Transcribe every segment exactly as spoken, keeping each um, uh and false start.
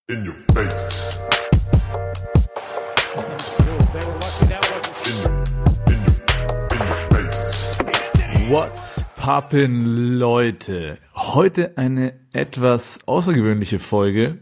In your face. In your, in your, in your face. What's poppin', Leute? Heute eine etwas außergewöhnliche Folge,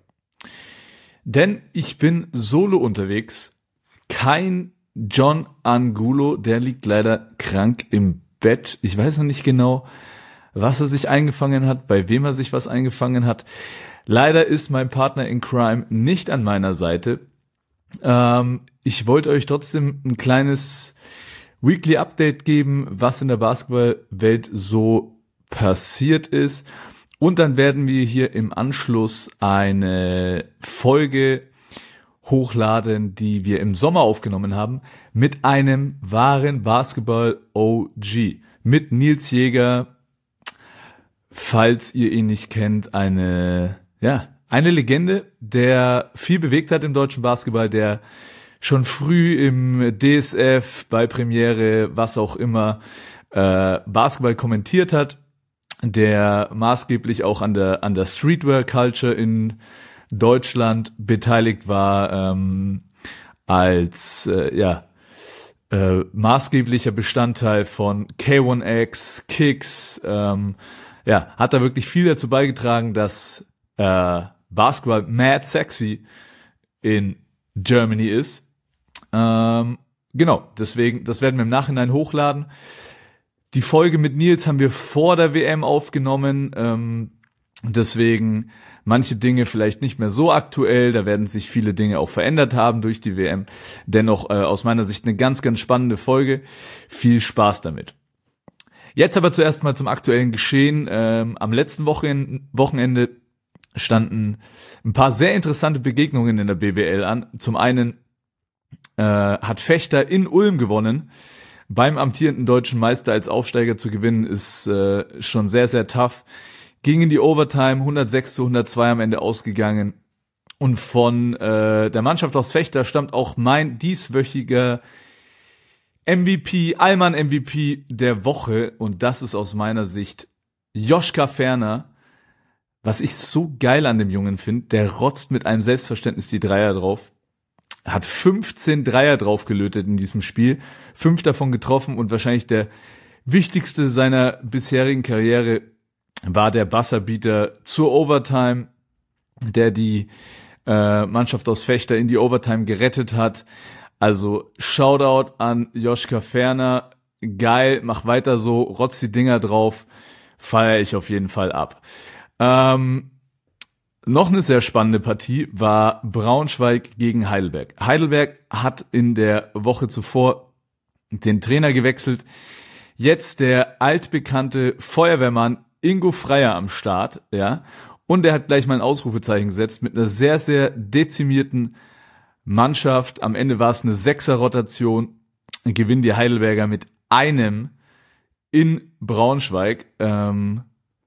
denn ich bin solo unterwegs. Kein John Angulo, der liegt leider krank im Bett. Ich weiß noch nicht genau, was er sich eingefangen hat, bei wem er sich was eingefangen hat. Leider ist mein Partner in Crime nicht an meiner Seite. Ähm, ich wollte euch trotzdem ein kleines Weekly Update geben, was in der Basketballwelt so passiert ist. Und dann werden wir hier im Anschluss eine Folge hochladen, die wir im Sommer aufgenommen haben, mit einem wahren Basketball-O G. Mit Nils Jäger, falls ihr ihn nicht kennt, eine... Ja, eine Legende, der viel bewegt hat im deutschen Basketball, der schon früh im D S F, bei Premiere, was auch immer, äh, Basketball kommentiert hat, der maßgeblich auch an der an der Streetwear-Culture in Deutschland beteiligt war, ähm, als äh, ja äh, maßgeblicher Bestandteil von K eins X, Kicks, ähm, ja, hat da wirklich viel dazu beigetragen, dass Äh, Basketball mad sexy in Germany ist. Ähm, genau, deswegen, das werden wir im Nachhinein hochladen. Die Folge mit Nils haben wir vor der W M aufgenommen, ähm, deswegen manche Dinge vielleicht nicht mehr so aktuell, da werden sich viele Dinge auch verändert haben durch die W M. Dennoch äh, aus meiner Sicht eine ganz, ganz spannende Folge. Viel Spaß damit. Jetzt aber zuerst mal zum aktuellen Geschehen. Ähm, am letzten Wochen- Wochenende standen ein paar sehr interessante Begegnungen in der B B L an. Zum einen äh, hat Vechta in Ulm gewonnen. Beim amtierenden deutschen Meister als Aufsteiger zu gewinnen, ist äh, schon sehr, sehr tough. Ging in die Overtime, hundertsechs zu hundertzwei am Ende ausgegangen. Und von äh, der Mannschaft aus Vechta stammt auch mein dieswöchiger M V P, Allmann M V P der Woche. Und das ist aus meiner Sicht Joschka Ferner. Was ich so geil an dem Jungen finde, der rotzt mit einem Selbstverständnis die Dreier drauf, hat fünfzehn Dreier draufgelötet in diesem Spiel, fünf davon getroffen und wahrscheinlich der wichtigste seiner bisherigen Karriere war der Buzzerbeater zur Overtime, der die äh, Mannschaft aus Vechta in die Overtime gerettet hat. Also Shoutout an Joschka Ferner, geil, mach weiter so, rotz die Dinger drauf, feiere ich auf jeden Fall ab. Ähm, noch eine sehr spannende Partie war Braunschweig gegen Heidelberg. Heidelberg hat in der Woche zuvor den Trainer gewechselt. Jetzt der altbekannte Feuerwehrmann Ingo Freier am Start, ja. Und er hat gleich mal ein Ausrufezeichen gesetzt mit einer sehr, sehr dezimierten Mannschaft. Am Ende war es eine Sechser-Rotation. Gewinnen die Heidelberger mit einem in Braunschweig. Ähm,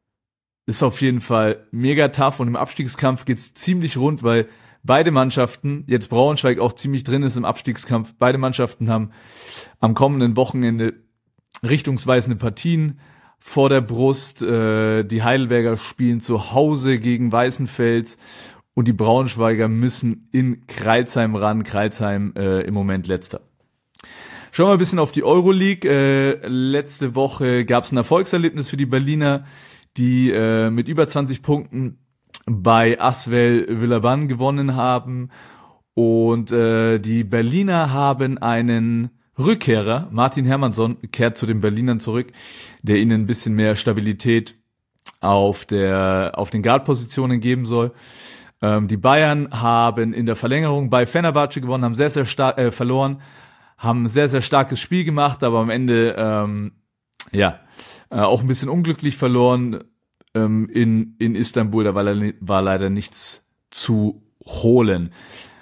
Ist auf jeden Fall mega tough und im Abstiegskampf geht's ziemlich rund, weil beide Mannschaften, jetzt Braunschweig auch ziemlich drin ist im Abstiegskampf, beide Mannschaften haben am kommenden Wochenende richtungsweisende Partien vor der Brust. Äh, die Heidelberger spielen zu Hause gegen Weißenfels und die Braunschweiger müssen in Crailsheim ran. Crailsheim äh, im Moment letzter. Schauen wir ein bisschen auf die Euroleague. Äh, letzte Woche gab's ein Erfolgserlebnis für die Berliner, die äh, mit über zwanzig Punkten bei Asvel Villeurbanne gewonnen haben. Und äh, die Berliner haben einen Rückkehrer, Martin Hermannsson, kehrt zu den Berlinern zurück, der ihnen ein bisschen mehr Stabilität auf der auf den Guard-Positionen geben soll. Ähm, die Bayern haben in der Verlängerung bei Fenerbahce gewonnen, haben sehr, sehr stark äh, verloren, haben ein sehr, sehr starkes Spiel gemacht, aber am Ende ähm, ja Äh, auch ein bisschen unglücklich verloren ähm, in in Istanbul, da war, war leider nichts zu holen.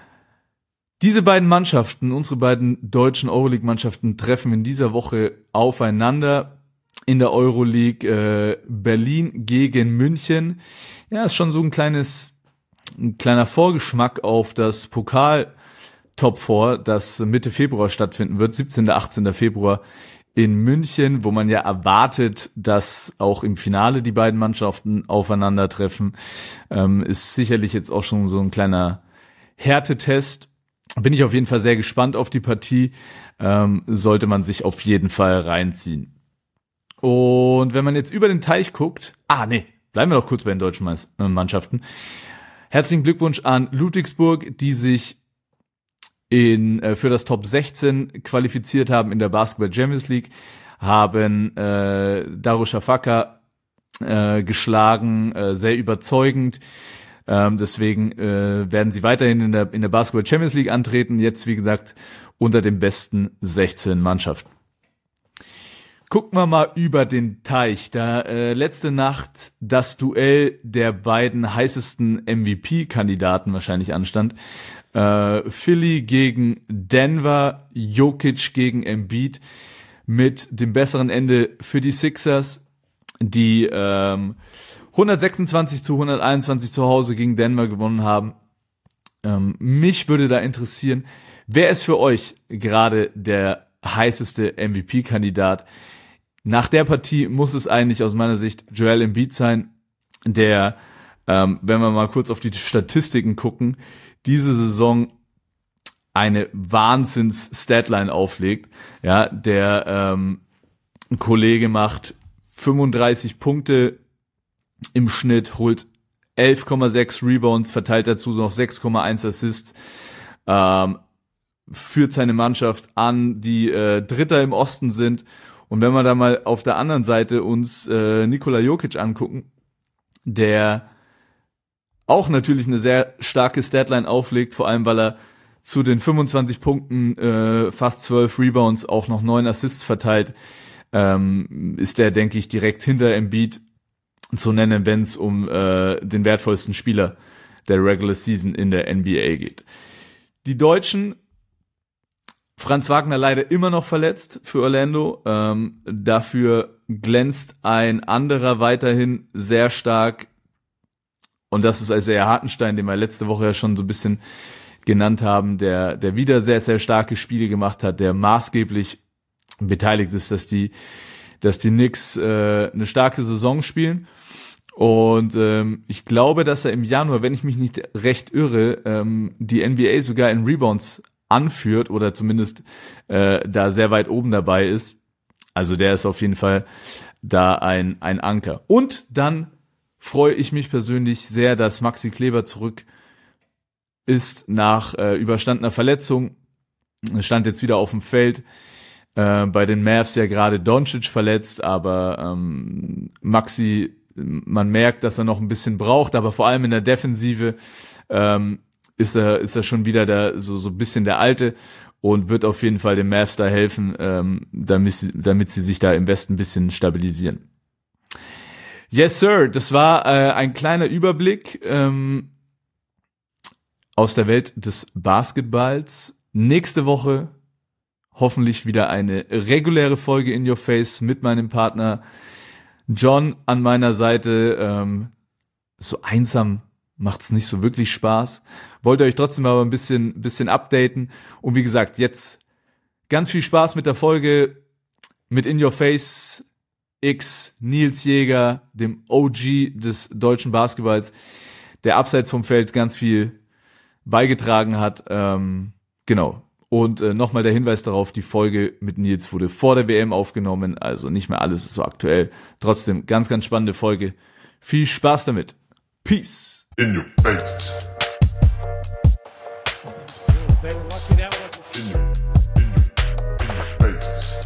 Diese beiden Mannschaften, unsere beiden deutschen Euroleague-Mannschaften, treffen in dieser Woche aufeinander in der Euroleague. Äh, Berlin gegen München. Ja, ist schon so ein kleines, ein kleiner Vorgeschmack auf das Pokal Top vier, das Mitte Februar stattfinden wird, siebzehnten, achtzehnten Februar in München, wo man ja erwartet, dass auch im Finale die beiden Mannschaften aufeinandertreffen, ähm, ist sicherlich jetzt auch schon so ein kleiner Härtetest. Bin ich auf jeden Fall sehr gespannt auf die Partie. Ähm, sollte man sich auf jeden Fall reinziehen. Und wenn man jetzt über den Teich guckt, ah nee, bleiben wir doch kurz bei den deutschen Mannschaften. Herzlichen Glückwunsch an Ludwigsburg, die sich in äh, für das Top sechzehn qualifiziert haben in der Basketball Champions League, haben äh, Darüşşafaka äh, geschlagen, äh, sehr überzeugend. Ähm, deswegen äh, werden sie weiterhin in der in der Basketball Champions League antreten. Jetzt, wie gesagt, unter den besten sechzehn Mannschaften. Gucken wir mal über den Teich. Da äh, letzte Nacht das Duell der beiden heißesten M V P-Kandidaten wahrscheinlich anstand. Äh, Philly gegen Denver, Jokic gegen Embiid, mit dem besseren Ende für die Sixers, die ähm, hundertsechsundzwanzig zu hunderteinundzwanzig zu Hause gegen Denver gewonnen haben. Ähm, mich würde da interessieren, wer ist für euch gerade der heißeste M V P-Kandidat? Nach der Partie muss es eigentlich aus meiner Sicht Joel Embiid sein, der, ähm, wenn wir mal kurz auf die Statistiken gucken, diese Saison eine Wahnsinns-Statline auflegt. Ja, der ähm, Kollege macht fünfunddreißig Punkte im Schnitt, holt elf Komma sechs Rebounds, verteilt dazu noch sechs Komma eins Assists, ähm, führt seine Mannschaft an, die äh, Dritter im Osten sind. Und wenn wir da mal auf der anderen Seite uns äh, Nikola Jokic angucken, der auch natürlich eine sehr starke Statline auflegt, vor allem weil er zu den fünfundzwanzig Punkten, äh, fast zwölf Rebounds, auch noch neun Assists verteilt, ähm, ist der, denke ich, direkt hinter Embiid zu nennen, wenn es um äh, den wertvollsten Spieler der Regular Season in der N B A geht. Die Deutschen, Franz Wagner leider immer noch verletzt für Orlando. Ähm, dafür glänzt ein anderer weiterhin sehr stark. Und das ist Isaiah Hartenstein, den wir letzte Woche ja schon so ein bisschen genannt haben, der, der wieder sehr, sehr starke Spiele gemacht hat, der maßgeblich beteiligt ist, dass die, dass die Knicks äh, eine starke Saison spielen. Und ähm, ich glaube, dass er im Januar, wenn ich mich nicht recht irre, ähm, die N B A sogar in Rebounds anführt oder zumindest äh, da sehr weit oben dabei ist. Also der ist auf jeden Fall da ein ein Anker. Und dann freue ich mich persönlich sehr, dass Maxi Kleber zurück ist nach äh, überstandener Verletzung. Stand jetzt wieder auf dem Feld. Äh, bei den Mavs ja gerade Doncic verletzt, aber ähm, Maxi, man merkt, dass er noch ein bisschen braucht, aber vor allem in der Defensive ähm, ist er ist er schon wieder der so so ein bisschen der Alte und wird auf jeden Fall den Mavs da helfen, ähm, damit sie, damit sie sich da im Westen ein bisschen stabilisieren. Yes, sir, das war äh, ein kleiner Überblick ähm, aus der Welt des Basketballs. Nächste Woche hoffentlich wieder eine reguläre Folge In Your Face mit meinem Partner John an meiner Seite. Ähm, so einsam macht's nicht so wirklich Spaß. Wollte euch trotzdem aber ein bisschen, bisschen updaten. Und wie gesagt, jetzt ganz viel Spaß mit der Folge mit In Your Face X Nils Jäger, dem O G des deutschen Basketballs, der abseits vom Feld ganz viel beigetragen hat. Ähm, genau. Und äh, nochmal der Hinweis darauf, die Folge mit Nils wurde vor der W M aufgenommen, also nicht mehr alles so aktuell. Trotzdem ganz, ganz spannende Folge. Viel Spaß damit. Peace. In your face. They were lucky that wasn't In your, in your, in your face.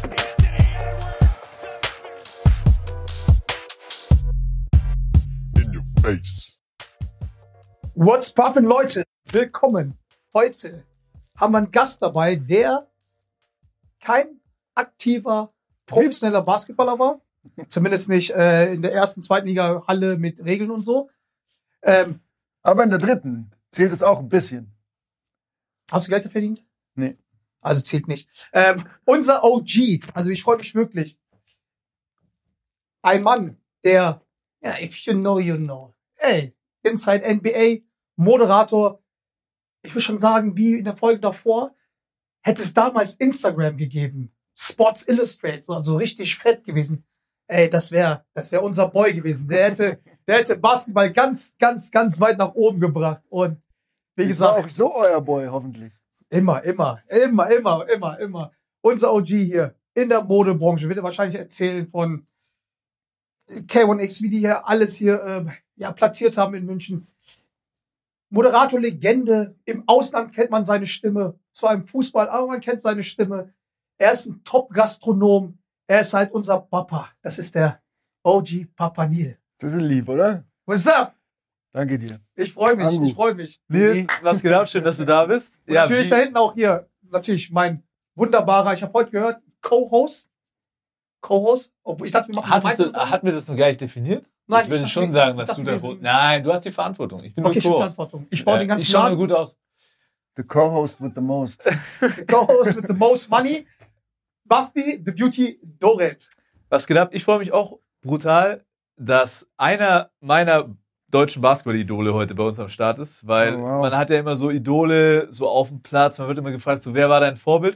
In your face. What's poppin', Leute? Willkommen. Heute haben wir einen Gast dabei, der kein aktiver, professioneller Basketballer war. Zumindest nicht äh, in der ersten, zweiten Liga Halle mit Regeln und so. Ähm, Aber in der dritten zählt es auch ein bisschen. Hast du Geld dafür verdient? Nee. Also zählt nicht. Ähm, unser O G, also ich freue mich wirklich. Ein Mann, der, ja, if you know, you know. Ey, Inside N B A, Moderator. Ich will schon sagen, wie in der Folge davor, hätte es damals Instagram gegeben, Sports Illustrated, so also richtig fett gewesen. Ey, das wäre das wäre unser Boy gewesen. Der hätte, der hätte Basketball ganz, ganz, ganz weit nach oben gebracht. Und wie Ist auch gesagt, so euer Boy, hoffentlich. immer, immer, immer, immer, immer, immer. Unser O G hier in der Modebranche wird er wahrscheinlich erzählen von K eins X, wie die hier alles hier äh, ja, platziert haben in München. Moderator-Legende. Im Ausland kennt man seine Stimme. Zwar im Fußball, aber man kennt seine Stimme. Er ist ein Top-Gastronom. Er ist halt unser Papa. Das ist der O G Papa Nil. Das ist lieb, oder? What's up? Danke dir. Ich freue mich, Angu. ich freue mich. Nils, was geht ab? Schön, dass du da bist. Und natürlich wie- da hinten auch hier, natürlich mein wunderbarer, ich habe heute gehört, Co-Host. Co-Host. Obwohl ich dachte, wir machen Hattest du, gemeinsam. hatten wir das noch gar nicht definiert? Nein, ich würde ich schon dachte, sagen, ich dass dachte, du wir da... sind- Nein, du hast die Verantwortung. Ich bin Okay, ich nur habe Co-Host. Verantwortung. Ich baue den ganzen Ich schaue nur Laden. gut aus. The co-host with the most. The Co-Host with the most money. Basti, the Beauty, Doret. Was geht ab? Ich freue mich auch brutal, dass einer meiner deutschen Basketball-Idole heute bei uns am Start ist, weil Oh, wow. man hat ja immer so Idole so auf dem Platz, man wird immer gefragt, so wer war dein Vorbild?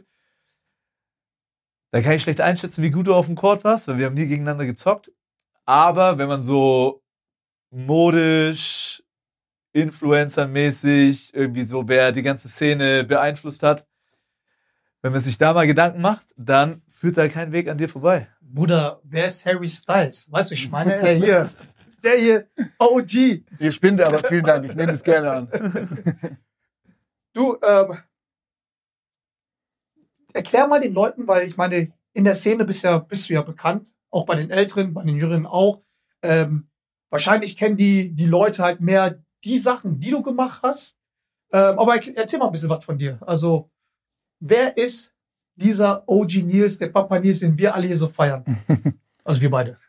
Da kann ich schlecht einschätzen, wie gut du auf dem Court warst, weil wir haben nie gegeneinander gezockt. Aber wenn man so modisch, Influencer-mäßig, irgendwie so, wer die ganze Szene beeinflusst hat, wenn man sich da mal Gedanken macht, dann führt da kein Weg an dir vorbei. Bruder, wer ist Harry Styles? Weißt du, ich meine, der hier, der hier, O G. Ihr spinnt, aber vielen Dank. Ich nehme es gerne an. Du, ähm, erklär mal den Leuten, weil ich meine, in der Szene bist, ja, bist du ja bekannt, auch bei den Älteren, bei den Jüngeren auch. Ähm, wahrscheinlich kennen die, die Leute halt mehr die Sachen, die du gemacht hast. Ähm, aber erzähl mal ein bisschen was von dir. Also, wer ist dieser O G Nils, der Papa Nils, den wir alle hier so feiern? Also wir beide.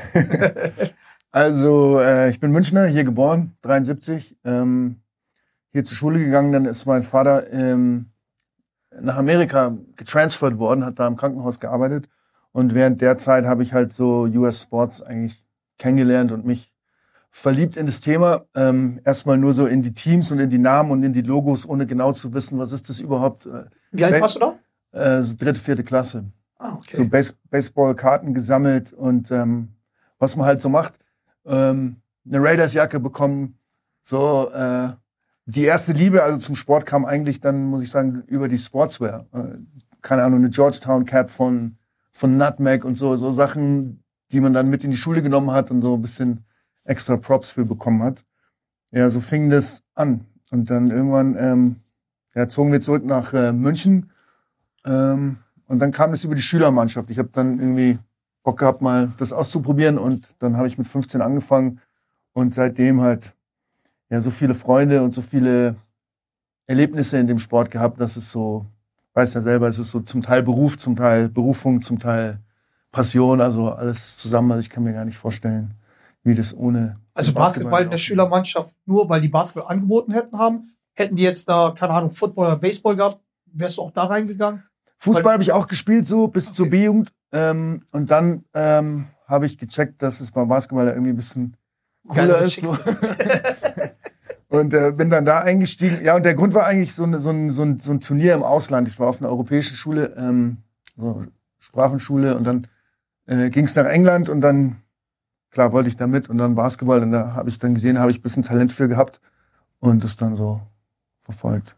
Also, äh, ich bin Münchner, hier geboren, dreiundsiebzig. Ähm, hier zur Schule gegangen, dann ist mein Vater ähm, nach Amerika getransfert worden, hat da im Krankenhaus gearbeitet. Und während der Zeit habe ich halt so U S Sports eigentlich kennengelernt und mich verliebt in das Thema. Ähm, erstmal nur so in die Teams und in die Namen und in die Logos, ohne genau zu wissen, was ist das überhaupt. Äh, Wie alt Wel- warst du da? äh, so dritte, vierte Klasse. Ah, okay. So Base Baseballkarten gesammelt und ähm, was man halt so macht. Ähm, eine Raiders-Jacke bekommen. So äh, die erste Liebe, also zum Sport kam eigentlich dann, muss ich sagen, über die Sportswear. Äh, keine Ahnung, eine Georgetown-Cap von, von Nutmeg und so, so Sachen, die man dann mit in die Schule genommen hat und so ein bisschen extra Props für bekommen hat. Ja, so fing das an. Und dann irgendwann ähm, ja, zogen wir zurück nach äh, München. Ähm, und dann kam es über die Schülermannschaft. Ich habe dann irgendwie Bock gehabt, mal das auszuprobieren. Und dann habe ich mit fünfzehn angefangen. Und seitdem halt ja so viele Freunde und so viele Erlebnisse in dem Sport gehabt, dass es so, weiß ja selber, es ist so zum Teil Beruf, zum Teil Berufung, zum Teil Passion. Also alles zusammen. Also ich kann mir gar nicht vorstellen, wie das ohne Also Basketball in der laufen. Schülermannschaft nur, weil die Basketball angeboten hätten haben. Hätten die jetzt da, keine Ahnung, Football oder Baseball gehabt, wärst du auch da reingegangen? Fußball habe ich auch gespielt, so bis Okay. zur B-Jugend. Ähm, und dann ähm, habe ich gecheckt, dass es beim Basketball ja irgendwie ein bisschen cooler Geilere ist. Chicks So. Und äh, bin dann da eingestiegen. Ja, und der Grund war eigentlich so, eine, so, ein, so, ein, so ein Turnier im Ausland. Ich war auf einer europäischen Schule, ähm, so Sprachenschule. Und dann äh, ging es nach England und dann, klar, wollte ich da mit. Und dann Basketball. Und da habe ich dann gesehen, habe ich ein bisschen Talent für gehabt. Und das dann so verfolgt.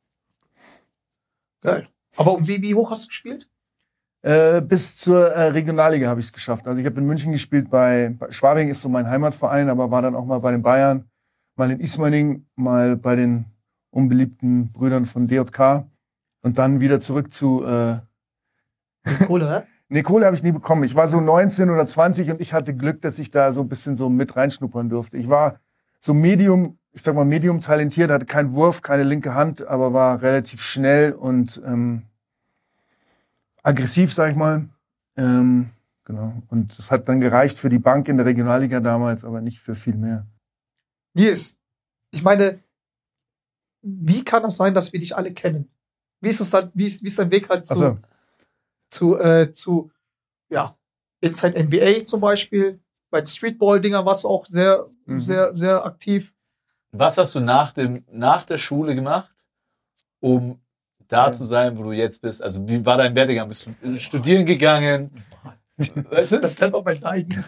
Geil. Aber um wie, wie hoch hast du gespielt? Äh, bis zur äh, Regionalliga habe ich es geschafft. Also ich habe in München gespielt, bei, bei Schwabing ist so mein Heimatverein, aber war dann auch mal bei den Bayern, mal in Ismaning, mal bei den unbeliebten Brüdern von D J K und dann wieder zurück zu... Äh, Kohle, ne? nee, Kohle habe ich nie bekommen. Ich war so neunzehn oder zwanzig und ich hatte Glück, dass ich da so ein bisschen so mit reinschnuppern durfte. Ich war so Medium, ich sag mal Medium talentiert, hatte keinen Wurf, keine linke Hand, aber war relativ schnell und... Ähm, aggressiv, sag ich mal. Ähm, genau. Und das hat dann gereicht für die Bank in der Regionalliga damals, aber nicht für viel mehr. Nils, ich meine, wie kann das sein, dass wir dich alle kennen? Wie ist es dann, wie ist, wie ist dein Weg halt zu, Achso. zu, äh, zu, ja, Inside N B A zum Beispiel? Bei den Streetball-Dinger warst du auch sehr, Mhm. sehr, sehr aktiv. Was hast du nach, dem, nach der Schule gemacht, um da Ja. zu sein, wo du jetzt bist? Also wie war dein Werdegang? Bist du studieren gegangen? Weißt du? Das ist dann auch mein Leiden.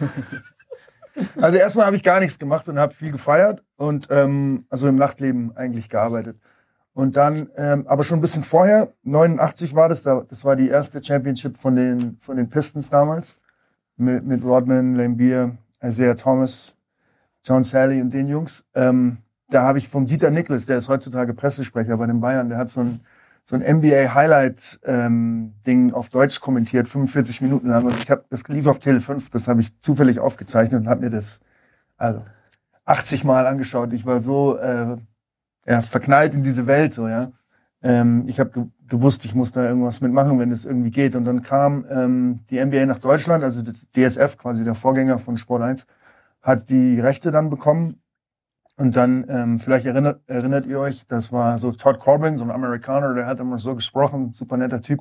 Also erstmal habe ich gar nichts gemacht und habe viel gefeiert und ähm, also im Nachtleben eigentlich gearbeitet. Und dann, ähm, aber schon ein bisschen vorher, neunundachtzig war das, da, das war die erste Championship von den von den Pistons damals mit, mit Rodman, Laimbeer, Isaiah Thomas, John Sally und den Jungs. Ähm, da habe ich vom Dieter Nichols, der ist heutzutage Pressesprecher bei den Bayern, der hat so ein so ein N B A Highlight ähm, Ding auf Deutsch kommentiert, fünfundvierzig Minuten lang. Und ich habe das lief auf Tele fünf, das habe ich zufällig aufgezeichnet und habe mir das also achtzig Mal angeschaut. Ich war so äh, ja, verknallt in diese Welt, so ja. Ähm, ich habe ge gewusst, ich muss da irgendwas mitmachen, wenn es irgendwie geht. Und dann kam ähm, die N B A nach Deutschland, also das D S F, quasi der Vorgänger von Sport eins, hat die Rechte dann bekommen. Und dann, ähm, vielleicht erinnert, erinnert ihr euch, das war so Todd Corbin, so ein Amerikaner, der hat immer so gesprochen, super netter Typ.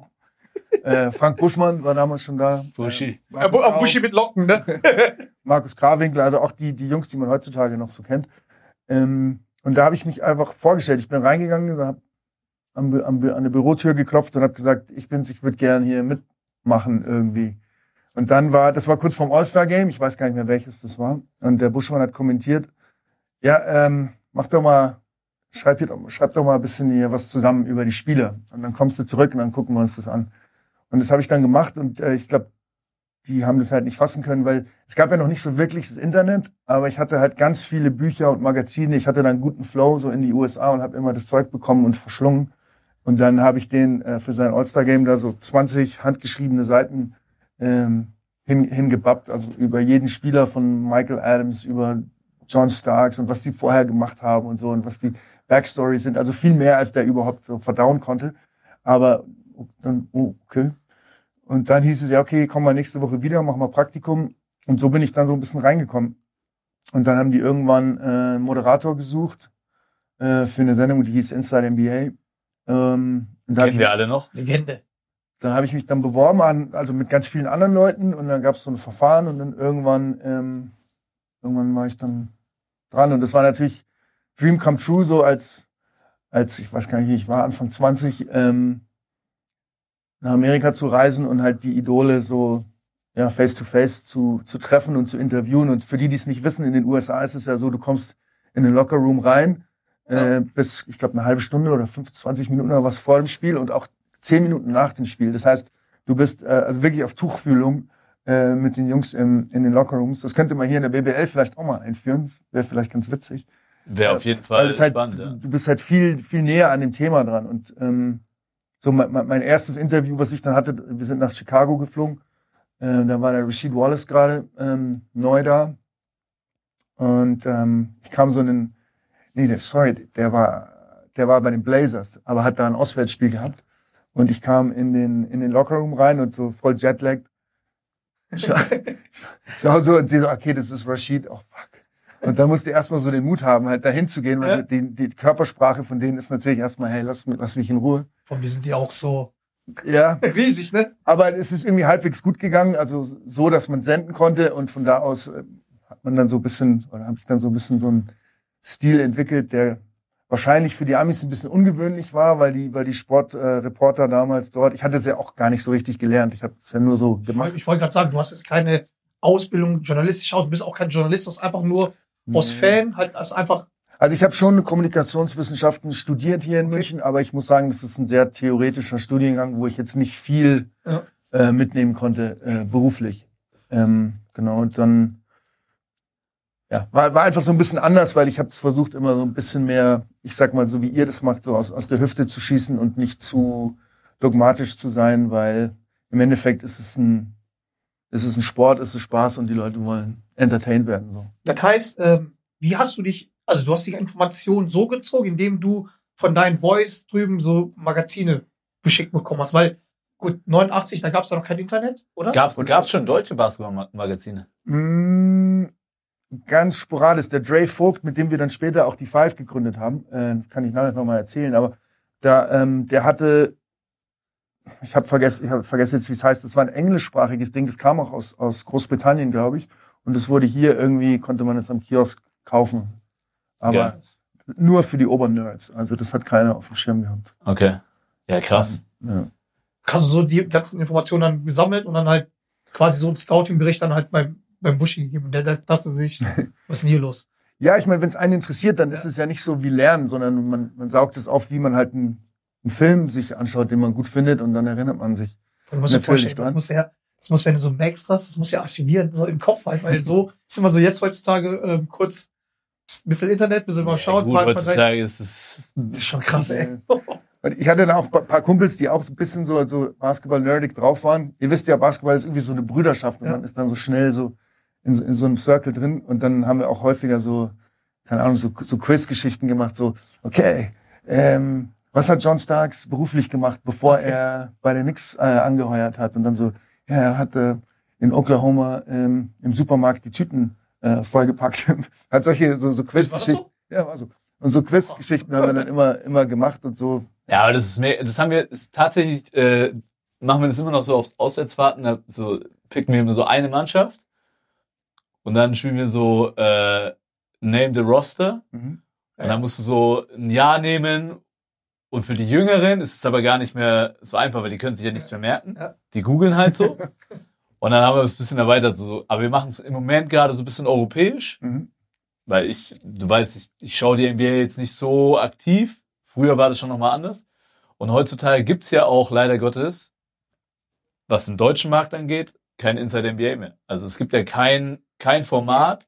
äh, Frank Buschmann war damals schon da. Buschi. Äh, Markus, Aber Buschi mit Locken, ne? Markus Krawinkel, also auch die, die Jungs, die man heutzutage noch so kennt. Ähm, und da habe ich mich einfach vorgestellt. Ich bin reingegangen, habe am, am, an der Bürotür geklopft und habe gesagt, ich bin's, ich würde gern hier mitmachen irgendwie. Und dann war, das war kurz vorm All-Star-Game, ich weiß gar nicht mehr, welches das war. Und der Buschmann hat kommentiert, ja, ähm, mach doch mal, schreib, hier, schreib doch mal ein bisschen hier was zusammen über die Spieler. Und dann kommst du zurück und dann gucken wir uns das an. Und das habe ich dann gemacht und äh, ich glaube, die haben das halt nicht fassen können, weil es gab ja noch nicht so wirklich das Internet, aber ich hatte halt ganz viele Bücher und Magazine. Ich hatte dann einen guten Flow so in die U S A und habe immer das Zeug bekommen und verschlungen. Und dann habe ich den äh, für sein All-Star-Game da so zwanzig handgeschriebene Seiten ähm, hin, hingebappt, also über jeden Spieler von Michael Adams, über John Starks und was die vorher gemacht haben und so und was die Backstories sind. Also viel mehr, als der überhaupt so verdauen konnte. Aber dann, oh, okay. Und dann hieß es ja, okay, komm mal nächste Woche wieder, mach mal Praktikum. Und so bin ich dann so ein bisschen reingekommen. Und dann haben die irgendwann äh, einen Moderator gesucht äh, für eine Sendung, die hieß Inside N B A. Ähm, und da hab Kennen ich wir mich, alle noch? Legende. dann habe ich mich dann beworben, an, also mit ganz vielen anderen Leuten. Und dann gab es so ein Verfahren und dann irgendwann, ähm, irgendwann war ich dann dran. Und das war natürlich Dream come true, so als, als ich weiß gar nicht, ich war Anfang zwanzig, ähm, nach Amerika zu reisen und halt die Idole so ja, face to face zu, zu treffen und zu interviewen. Und für die, die es nicht wissen, in den U S A ist es ja so, du kommst in den Lockerroom rein, äh, bis, ich glaube, eine halbe Stunde oder fünfzehn, zwanzig Minuten oder was vor dem Spiel und auch zehn Minuten nach dem Spiel. Das heißt, du bist äh, also wirklich auf Tuchfühlung äh, mit den Jungs im, in den Lockerrooms. Das könnte man hier in der B B L vielleicht auch mal einführen. Wäre vielleicht ganz witzig. Wäre auf jeden Fall Weil es halt, spannend, du, ja. du bist halt viel, viel näher an dem Thema dran. Und ähm, so mein, mein erstes Interview, was ich dann hatte, wir sind nach Chicago geflogen. Äh, da war der Rasheed Wallace gerade ähm, neu da. Und ähm, ich kam so in den, nee, der, sorry, der war, der war bei den Blazers, aber hat da ein Auswärtsspiel gehabt. Und ich kam in den, in den Lockerroom rein und so voll jetlagged. Schau, schau so und sehe so, okay, das ist Rasheed, oh fuck. Und da musste ich erstmal so den Mut haben, halt dahin zu gehen, weil Ja. die, die Körpersprache von denen ist natürlich erstmal, hey, lass, mich- lass mich in Ruhe. Von mir sind die auch so Ja, riesig, ne? aber es ist irgendwie halbwegs gut gegangen, also so, dass man senden konnte und von da aus äh, hat man dann so ein bisschen, oder habe ich dann so ein bisschen so einen Stil entwickelt, der wahrscheinlich für die Amis ein bisschen ungewöhnlich war, weil die, weil die Sportreporter äh, Reporter damals dort, ich hatte es ja auch gar nicht so richtig gelernt, ich habe es ja nur so Ich gemacht. wollte ich wollte gerade sagen, du hast jetzt keine Ausbildung journalistisch aus, du bist auch kein Journalist, du bist einfach nur aus Fan, halt als einfach, Also ich habe schon Kommunikationswissenschaften studiert hier in München, aber ich muss sagen, das ist ein sehr theoretischer Studiengang, wo ich jetzt nicht viel Ja. äh, mitnehmen konnte, äh, beruflich. Ähm, genau, und dann ja, war, war einfach so ein bisschen anders, weil ich habe es versucht, immer so ein bisschen mehr, ich sag mal, so wie ihr das macht, so aus, aus der Hüfte zu schießen und nicht zu dogmatisch zu sein, weil im Endeffekt ist es ein, ist es ein Sport, ist es Spaß und die Leute wollen entertained werden. So. das heißt, ähm, wie hast du dich, also du hast die Informationen so gezogen, indem du von deinen Boys drüben so Magazine geschickt bekommen hast, weil gut, neunundachtzig, da gab es da noch kein Internet, oder? Gab's, gab's schon deutsche Basketballmagazine? Mm, ganz sporadisch. Der Dre Vogt, mit dem wir dann später auch die Five gegründet haben, äh, kann ich nachher nochmal erzählen, aber da, ähm, der hatte, ich habe vergessen, ich habe vergessen jetzt, wie es heißt, das war ein englischsprachiges Ding, das kam auch aus, aus Großbritannien, glaube ich, und es wurde hier irgendwie, konnte man es am Kiosk kaufen. Aber Ja. nur für die Obernerds, also das hat keiner auf dem Schirm gehabt. Okay. Ja, krass. Ja. Hast du so die ganzen Informationen dann gesammelt und dann halt quasi so einen Scouting-Bericht dann halt beim, beim Buschi gegeben. Der, der dachte sich, was ist denn hier los? Ja, ich meine, wenn es einen interessiert, dann ist es ja nicht so wie Lernen, sondern man, man saugt es auf, wie man halt einen, einen Film sich anschaut, den man gut findet, und dann erinnert man sich. Du musst dir Natürlich vorstellen, das dran. muss ja, das muss, wenn du so Max hast, das muss ja archivieren, so im Kopf halt, weil so ist immer so jetzt heutzutage ähm, kurz ein bisschen Internet, ein bisschen mal schauen. Gut, paar- heutzutage ist es. Das ist schon krass, ey. Und ich hatte dann auch ein paar Kumpels, die auch so ein bisschen so, so Basketball-nerdig drauf waren. Ihr wisst ja, Basketball ist irgendwie so eine Brüderschaft und Ja. man ist dann so schnell so in, in so einem Circle drin. Und dann haben wir auch häufiger so, keine Ahnung, so, so Quiz-Geschichten gemacht. So, okay, ähm, was hat John Starks beruflich gemacht, bevor Okay. er bei den Knicks äh, angeheuert hat? Und dann so, ja, er hat äh, in Oklahoma ähm, im Supermarkt die Tüten äh, vollgepackt. Hat solche so, so War das Quiz-Geschichten. so? Ja, war so. Und so Quiz-Geschichten haben wir dann immer, immer gemacht und so. Ja, aber das ist mehr, das haben wir das tatsächlich, äh, machen wir das immer noch so auf Auswärtsfahrten, da so picken wir immer so eine Mannschaft und dann spielen wir so äh, Name the Roster Mhm. und dann musst du so ein Jahr nehmen und für die Jüngeren ist es aber gar nicht mehr so einfach, weil die können sich ja nichts mehr merken. Ja. Die googeln halt so und dann haben wir es ein bisschen erweitert so, aber wir machen es im Moment gerade so ein bisschen europäisch. Mhm. Weil ich, du weißt, ich, ich schaue die N B A jetzt nicht so aktiv. Früher war das schon nochmal anders. Und heutzutage gibt's ja auch, leider Gottes, was den deutschen Markt angeht, kein Inside N B A mehr. Also es gibt ja kein, kein Format,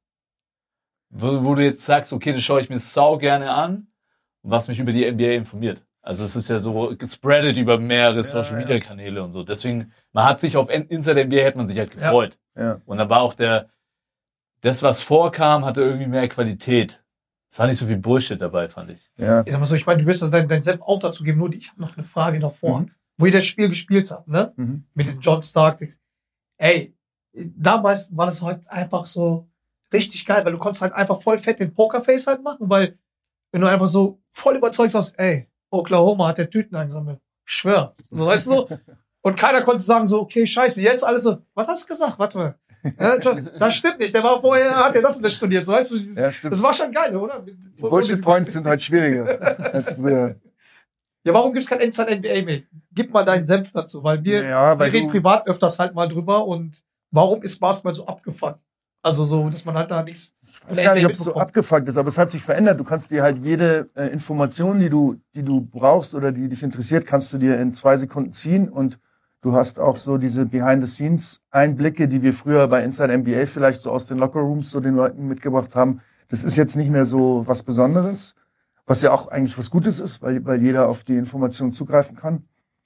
wo, wo du jetzt sagst, okay, das schaue ich mir sau gerne an, was mich über die N B A informiert. Also es ist ja so gespreadet über mehrere Social-Media-Kanäle und so. Deswegen, man hat sich auf Inside N B A, hätte man sich halt gefreut. Ja. Und da war auch der, das, was vorkam, hatte irgendwie mehr Qualität. Es war nicht so viel Bullshit dabei, fand ich. Ja. Ich sag mal so, ich meine, du wirst dein, dein Senf auch dazu geben, nur die, ich habe noch eine Frage davor, Mhm. wo ihr das Spiel gespielt habt, ne? Mhm. Mit den John Stark. Ey, damals war das halt einfach so richtig geil, weil du konntest halt einfach voll fett den Pokerface halt machen, weil wenn du einfach so voll überzeugt sagst, ey, Oklahoma hat der Tüten eingesammelt. Ich schwör. So, weißt du so? Und keiner konnte sagen so, okay, scheiße, jetzt alles so, was hast du gesagt? Warte mal. Ja, das stimmt nicht, der war vorher, hat ja das und das studiert, so, weißt du? dieses- Ja, stimmt. Das war schon geil, oder? Die Bullshit Points sind halt schwieriger als früher. Ja, warum gibt's kein Inside N B A mehr? Gib mal deinen Senf dazu, weil wir, Ja, weil wir reden du- privat öfters halt mal drüber und warum ist Basketball so abgefuckt? Also so, dass man halt da nichts Ich weiß gar nicht, ob es so abgefuckt ist, aber es hat sich verändert. Du kannst dir halt jede äh, Information, die du, die du brauchst oder die dich interessiert, kannst du dir in zwei Sekunden ziehen, und du hast auch so diese Behind-the-Scenes-Einblicke, die wir früher bei Inside N B A vielleicht so aus den Locker-Rooms so den Leuten mitgebracht haben. Das ist jetzt nicht mehr so was Besonderes, was ja auch eigentlich was Gutes ist, weil, weil jeder auf die Informationen zugreifen kann.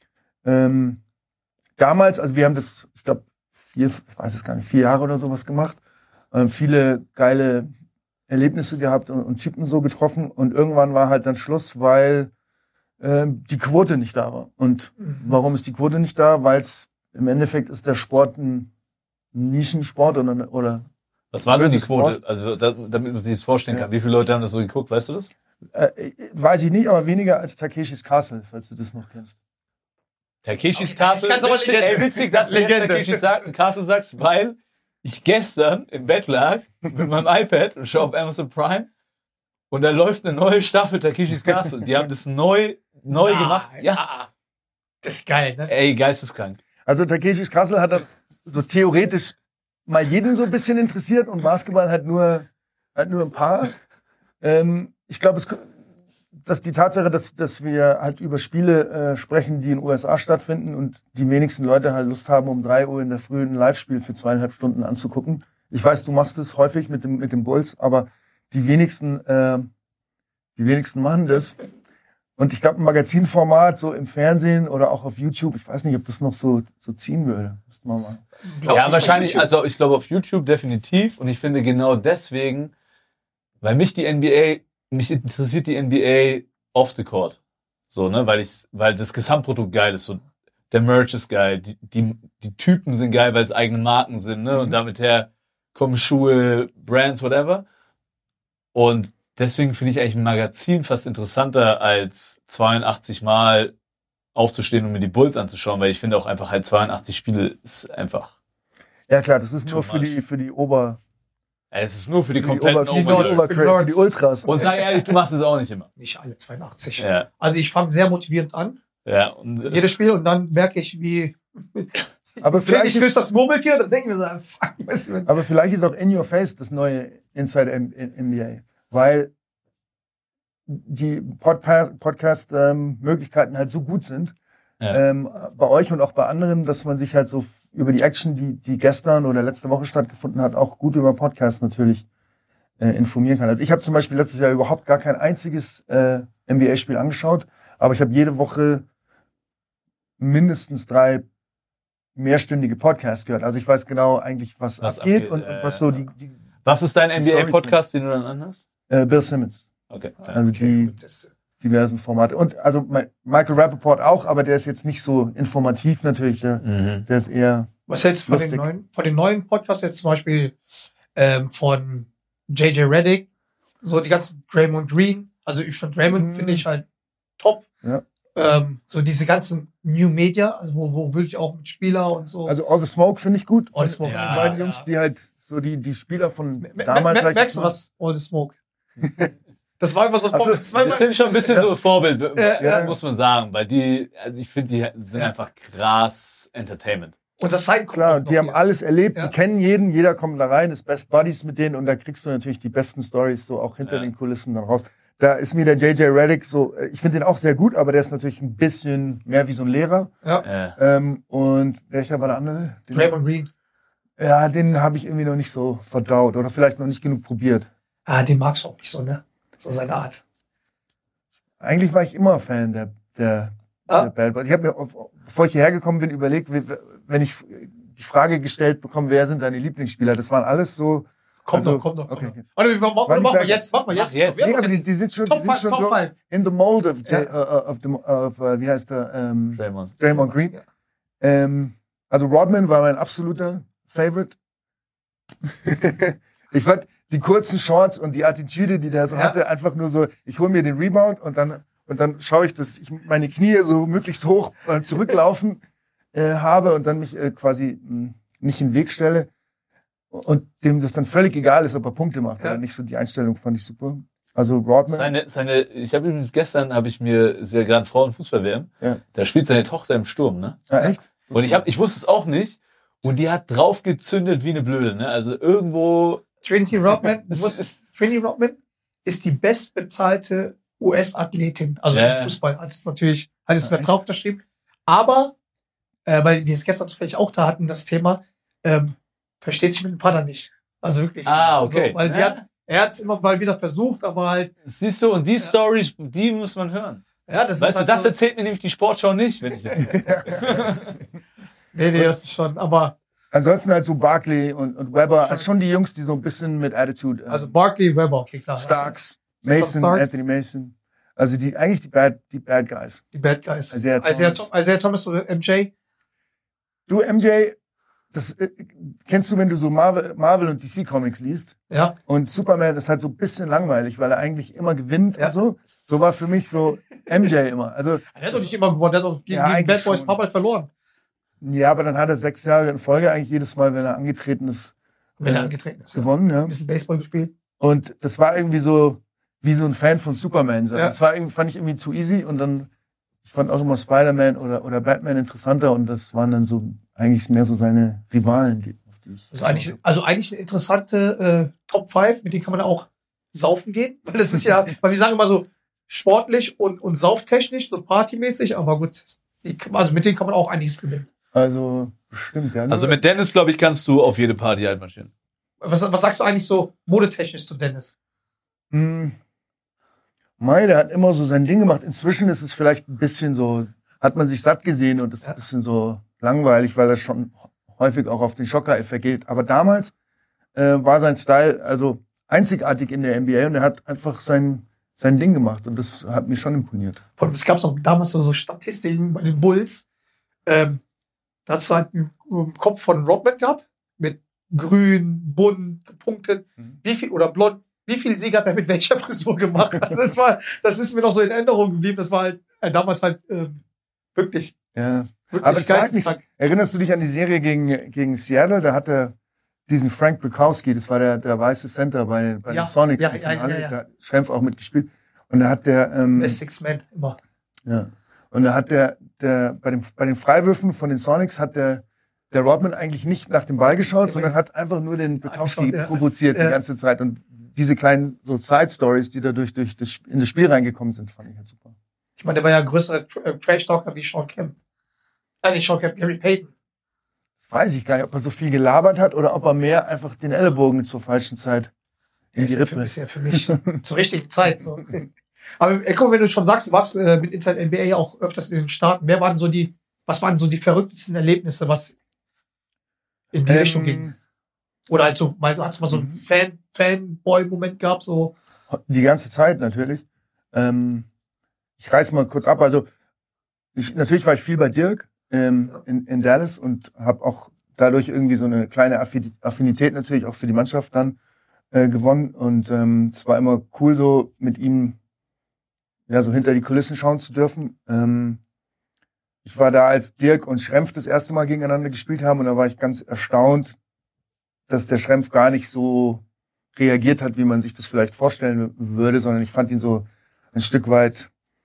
Ähm, damals, also wir haben das, ich glaube, vier, ich weiß es gar nicht, vier Jahre oder sowas gemacht. Ähm, viele geile Erlebnisse gehabt und, und Typen so getroffen, und irgendwann war halt dann Schluss, weil ähm, die Quote nicht da war. Und warum ist die Quote nicht da? Weil es im Endeffekt ist der Sport ein Nischensport oder, oder Was war denn die Böses Quote? Wort. Also da, damit man sich das vorstellen Ja. kann. Wie viele Leute haben das so geguckt, weißt du das? äh, weiß ich nicht, aber weniger als Takeshis Castle, falls du das noch kennst. Takeshis Okay, Castle. das ist aber Witzig, Legende. ey, witzig, dass du jetzt Legende. Takeshis Sa- Castle sagst, weil ich gestern im Bett lag mit meinem iPad und schaue auf Amazon Prime und da läuft eine neue Staffel Takeshis Castle. Die haben das neu, neu Ah, gemacht. Ja. Das ist geil, ne? Ey, geisteskrank. Also Takeshis Castle hat dann so theoretisch mal jeden so ein bisschen interessiert, und Basketball hat nur, hat nur ein paar. Ähm, ich glaube, es dass die Tatsache, dass, dass wir halt über Spiele äh, sprechen, die in den U S A stattfinden, und die wenigsten Leute halt Lust haben, um drei Uhr in der Früh ein Live-Spiel für zweieinhalb Stunden anzugucken. Ich weiß, du machst es häufig mit dem, mit dem Bulls, aber die wenigsten, äh, die wenigsten machen das. Und ich glaube, ein Magazinformat so im Fernsehen oder auch auf YouTube, ich weiß nicht, ob das noch so, so ziehen würde. Müssten wir mal. Glaubst Ja, du, wahrscheinlich, YouTube? also ich glaube auf YouTube definitiv, und ich finde genau deswegen, weil mich die N B A, mich interessiert die N B A off the court. So, ne, weil ich, weil das Gesamtprodukt geil ist, so, der Merch ist geil, die, die, die Typen sind geil, weil es eigene Marken sind, ne, Mhm. und damit her kommen Schuhe, Brands, whatever. Und deswegen finde ich eigentlich ein Magazin fast interessanter, als zweiundachtzig Mal aufzustehen und mir die Bulls anzuschauen, weil ich finde auch einfach halt zweiundachtzig Spiele ist einfach, Ja klar, das ist Too nur für much. die, für die Ober, es ist nur für die für kompletten Ober, für die, Overlords. Ober, für die, für die Ultras. Und sag ehrlich, du machst es auch nicht immer. Nicht alle zweiundachtzig. Ja. Also ich fange sehr motivierend an. Ja, und, äh, Jedes Spiel und dann merke ich, wie Aber ich vielleicht, löse ist, das Murmeltier, dann denke ich mir so, fuck, was ist aber vielleicht ist auch In Your Face das neue Inside N B A. Weil die Podpa- Podcast-Möglichkeiten halt so gut sind, Ja. ähm, bei euch und auch bei anderen, dass man sich halt so f- über die Action, die, die gestern oder letzte Woche stattgefunden hat, auch gut über Podcasts natürlich äh, informieren kann. Also ich habe zum Beispiel letztes Jahr überhaupt gar kein einziges äh, N B A-Spiel angeschaut, aber ich habe jede Woche mindestens drei mehrstündige Podcasts gehört. Also ich weiß genau eigentlich, was, Was abgeht, abgeht, und, äh, und was so die, die was ist dein Die N B A-Podcast, den du dann anhörst? äh, Bill Simmons, Okay. Ja. also die diversen Formate. Und also Ma- Michael Rappaport auch, aber der ist jetzt nicht so informativ natürlich, der, Mhm. der ist eher Was hältst du von den Lustig. neuen, von den neuen Podcasts jetzt zum Beispiel ähm, von J J Redick, so die ganzen Draymond Green, also ich finde Draymond Mhm. finde ich halt top. Ja. Ähm, so diese ganzen New Media, also wo, wo wirklich auch mit Spieler und so. Also All the Smoke finde ich gut. All the Von Smoke, den ja, beiden ja. Jungs, die halt so die, die Spieler von M- damals. mer- sag ich merkst du mal. was? All the Smoke. Das war immer so ein Ach so, Vorbild. Zweimal- Das sind schon ein bisschen Ja. so Vorbild, Ja, ja. muss man sagen, weil die, also ich finde, die sind einfach krass Entertainment. Und das sein Klar, die haben alles erlebt, Ja. die kennen jeden, jeder kommt da rein, ist Best Buddies mit denen und da kriegst du natürlich die besten Stories so auch hinter Ja. den Kulissen dann raus. Da ist mir der J J Redick so, äh, ich finde den auch sehr gut, aber der ist natürlich ein bisschen mehr wie so ein Lehrer. Ja. Ähm, und welcher war der andere? Den, Draymond Green. ja, den habe ich irgendwie noch nicht so verdaut oder vielleicht noch nicht genug probiert. Ah, den magst du auch nicht so, ne? So seine Art. Eigentlich war ich immer Fan der, der, Ah. der Bad Boys. Ich habe mir, auf- bevor ich hierher gekommen bin, überlegt, wie- wenn ich die Frage gestellt bekomme, wer sind deine Lieblingsspieler? Das waren alles so. Kommt Also, noch, kommt noch, kommt okay, noch. okay. Warte, wir machen, Wann die machen wir Berge? jetzt, machen wir Mach jetzt. jetzt. Wir Nee, machen aber die, jetzt die sind schon, Top die sind five, schon Top so five. in the mold of, Ja. J- uh, of, the, of uh, wie heißt der, ähm, Draymond. Draymond Green. Ja. Ähm, also Rodman war mein absoluter Favorite. Ich fand die kurzen Shorts und die Attitüde, die der so Ja. hatte, einfach nur so, ich hole mir den Rebound und dann und dann schaue ich, dass ich meine Knie so möglichst hoch äh, zurücklaufen äh, habe und dann mich äh, quasi mh, nicht in den Weg stelle und dem das dann völlig egal ist, ob er Punkte macht Ja. oder nicht. So die Einstellung fand ich super. Also Rodman. Seine, seine, ich habe übrigens gestern, habe ich mir, sehr gerade Frauenfußball-W M, Ja. da spielt seine Tochter im Sturm, ne? Ja, echt? Und ich hab, ich wusste es auch nicht. Und die hat drauf gezündet wie eine Blöde, ne? Also irgendwo, Trinity Rodman, du musst, Trinity Rodman ist die bestbezahlte U S-Athletin, also Ja. im Fußball. Hat es natürlich, hat es Ja, Vertrag unterschrieben. Aber, äh, weil wir es gestern zufällig auch da hatten, das Thema, ähm, versteht sich mit dem Vater nicht. Also wirklich. Ah, okay. Also, weil die Ja. hat, er hat es immer mal wieder versucht, aber halt, siehst du, und die Stories, die muss man hören. ja, das Weißt ist du, halt das so, erzählt mir nämlich die Sportschau nicht, wenn ich das. nee, nee, das ist schon, aber, Ansonsten halt so Barkley und, und Webber, halt schon die Jungs, die so ein bisschen mit Attitude. äh, also Barkley, Weber, okay, klar. Starks, Tom Mason, Starks. Anthony Mason. Also die eigentlich die Bad, die Bad Guys. Die Bad Guys. Isaiah Isaiah, Thomas. Isaiah Thomas oder M J. Du, M J, das äh, kennst du, wenn du so Marvel, Marvel und D C Comics liest. Ja. Und Superman ist halt so ein bisschen langweilig, weil er eigentlich immer gewinnt Ja. und so. So war für mich so M J immer. Also Er hat doch nicht immer gewonnen, der hat doch gegen, Ja, gegen eigentlich Bad Boys schon. paar Mal verloren. ja, aber dann hat er sechs Jahre in Folge eigentlich jedes Mal, wenn er angetreten ist, Wenn er äh, angetreten ist. gewonnen. Ja. Ein bisschen Baseball gespielt. Und das war irgendwie so wie so ein Fan von Superman. So. Ja. Das war irgendwie, fand ich irgendwie zu easy und dann, ich fand auch immer Spider-Man oder, oder Batman interessanter und das waren dann so eigentlich mehr so seine Rivalen, die, auf die ich. Also eigentlich, also eigentlich eine interessante äh, Top fünf, mit denen kann man auch saufen gehen. Weil das ist ja, weil wir sagen immer so sportlich und, und sauftechnisch, so partymäßig, aber gut, die, kann- also mit denen kann man auch einiges gewinnen. Also, bestimmt, ja. Also mit Dennis, glaube ich, kannst du auf jede Party einmarschieren. Was, was sagst du eigentlich so modetechnisch zu Dennis? Hm. Mai, der hat immer so sein Ding gemacht. Inzwischen ist es vielleicht ein bisschen so, hat man sich satt gesehen und ist Ja. ein bisschen so langweilig, weil er schon häufig auch auf den Schocker-Effekt geht. Aber damals äh, war sein Style also einzigartig in der N B A und er hat einfach sein, sein Ding gemacht und das hat mich schon imponiert. Vor allem, es gab auch damals so, so Statistiken bei den Bulls. Ähm, da hast du halt einen, einen Kopf von Rodman gehabt, mit grün, bunt, gepunktet, Mhm. wie viel, oder blond, wie viel Siege hat er mit welcher Frisur gemacht? Also das war, das ist mir noch so in Erinnerung geblieben. Das war halt äh, damals halt ähm, wirklich, Ja. wirklich Aber es war nicht, geisteskrank. erinnerst du dich an die Serie gegen, gegen Seattle? Da hat er diesen Frank Bukowski, das war der, der weiße Center bei, den- bei Ja, den Sonics. ja, im ja, Finale. ja, ja. Da hat Schrempf auch mitgespielt. Und da hat der, ähm, Der Six Man immer. ja. Und da hat der, der, bei den, bei den Freiwürfen von den Sonics hat der, der Rodman eigentlich nicht nach dem Ball geschaut, Ja, sondern hat einfach nur den Bukowski ja. provoziert Ja. die ganze Zeit. Und diese kleinen so Side-Stories, die dadurch durch das, in das Spiel reingekommen sind, fand ich halt super. Ich meine, der war ja ein größerer Tra- Trash-Talker wie Sean Kemp. Nein, nicht Sean Kemp, Gary Payton. Das weiß ich gar nicht, ob er so viel gelabert hat oder ob er mehr einfach den Ellenbogen zur falschen Zeit in die Ist ja für, Rippe. ist ja für mich zur richtigen Zeit. So. Aber ey, guck mal, wenn du schon sagst, du warst äh, mit Inside N B A ja auch öfters in den Staaten. Wer waren so die, was waren so die verrücktesten Erlebnisse, was in die Ähm, Richtung ging? Oder halt so, mal, hat's mal so einen Fan, Fanboy-Moment gehabt, so. Die ganze Zeit natürlich. Ähm, ich reiß mal kurz ab. Also ich, natürlich war ich viel bei Dirk ähm, in, in Dallas und habe auch dadurch irgendwie so eine kleine Affi- Affinität natürlich auch für die Mannschaft dann äh, gewonnen. Und ähm, es war immer cool, so mit ihm ja so hinter die Kulissen schauen zu dürfen. Ähm, ich war da, als Dirk und Schrempf das erste Mal gegeneinander gespielt haben, und da war ich ganz erstaunt, dass der Schrempf gar nicht so reagiert hat, wie man sich das vielleicht vorstellen würde, sondern ich fand ihn so ein Stück weit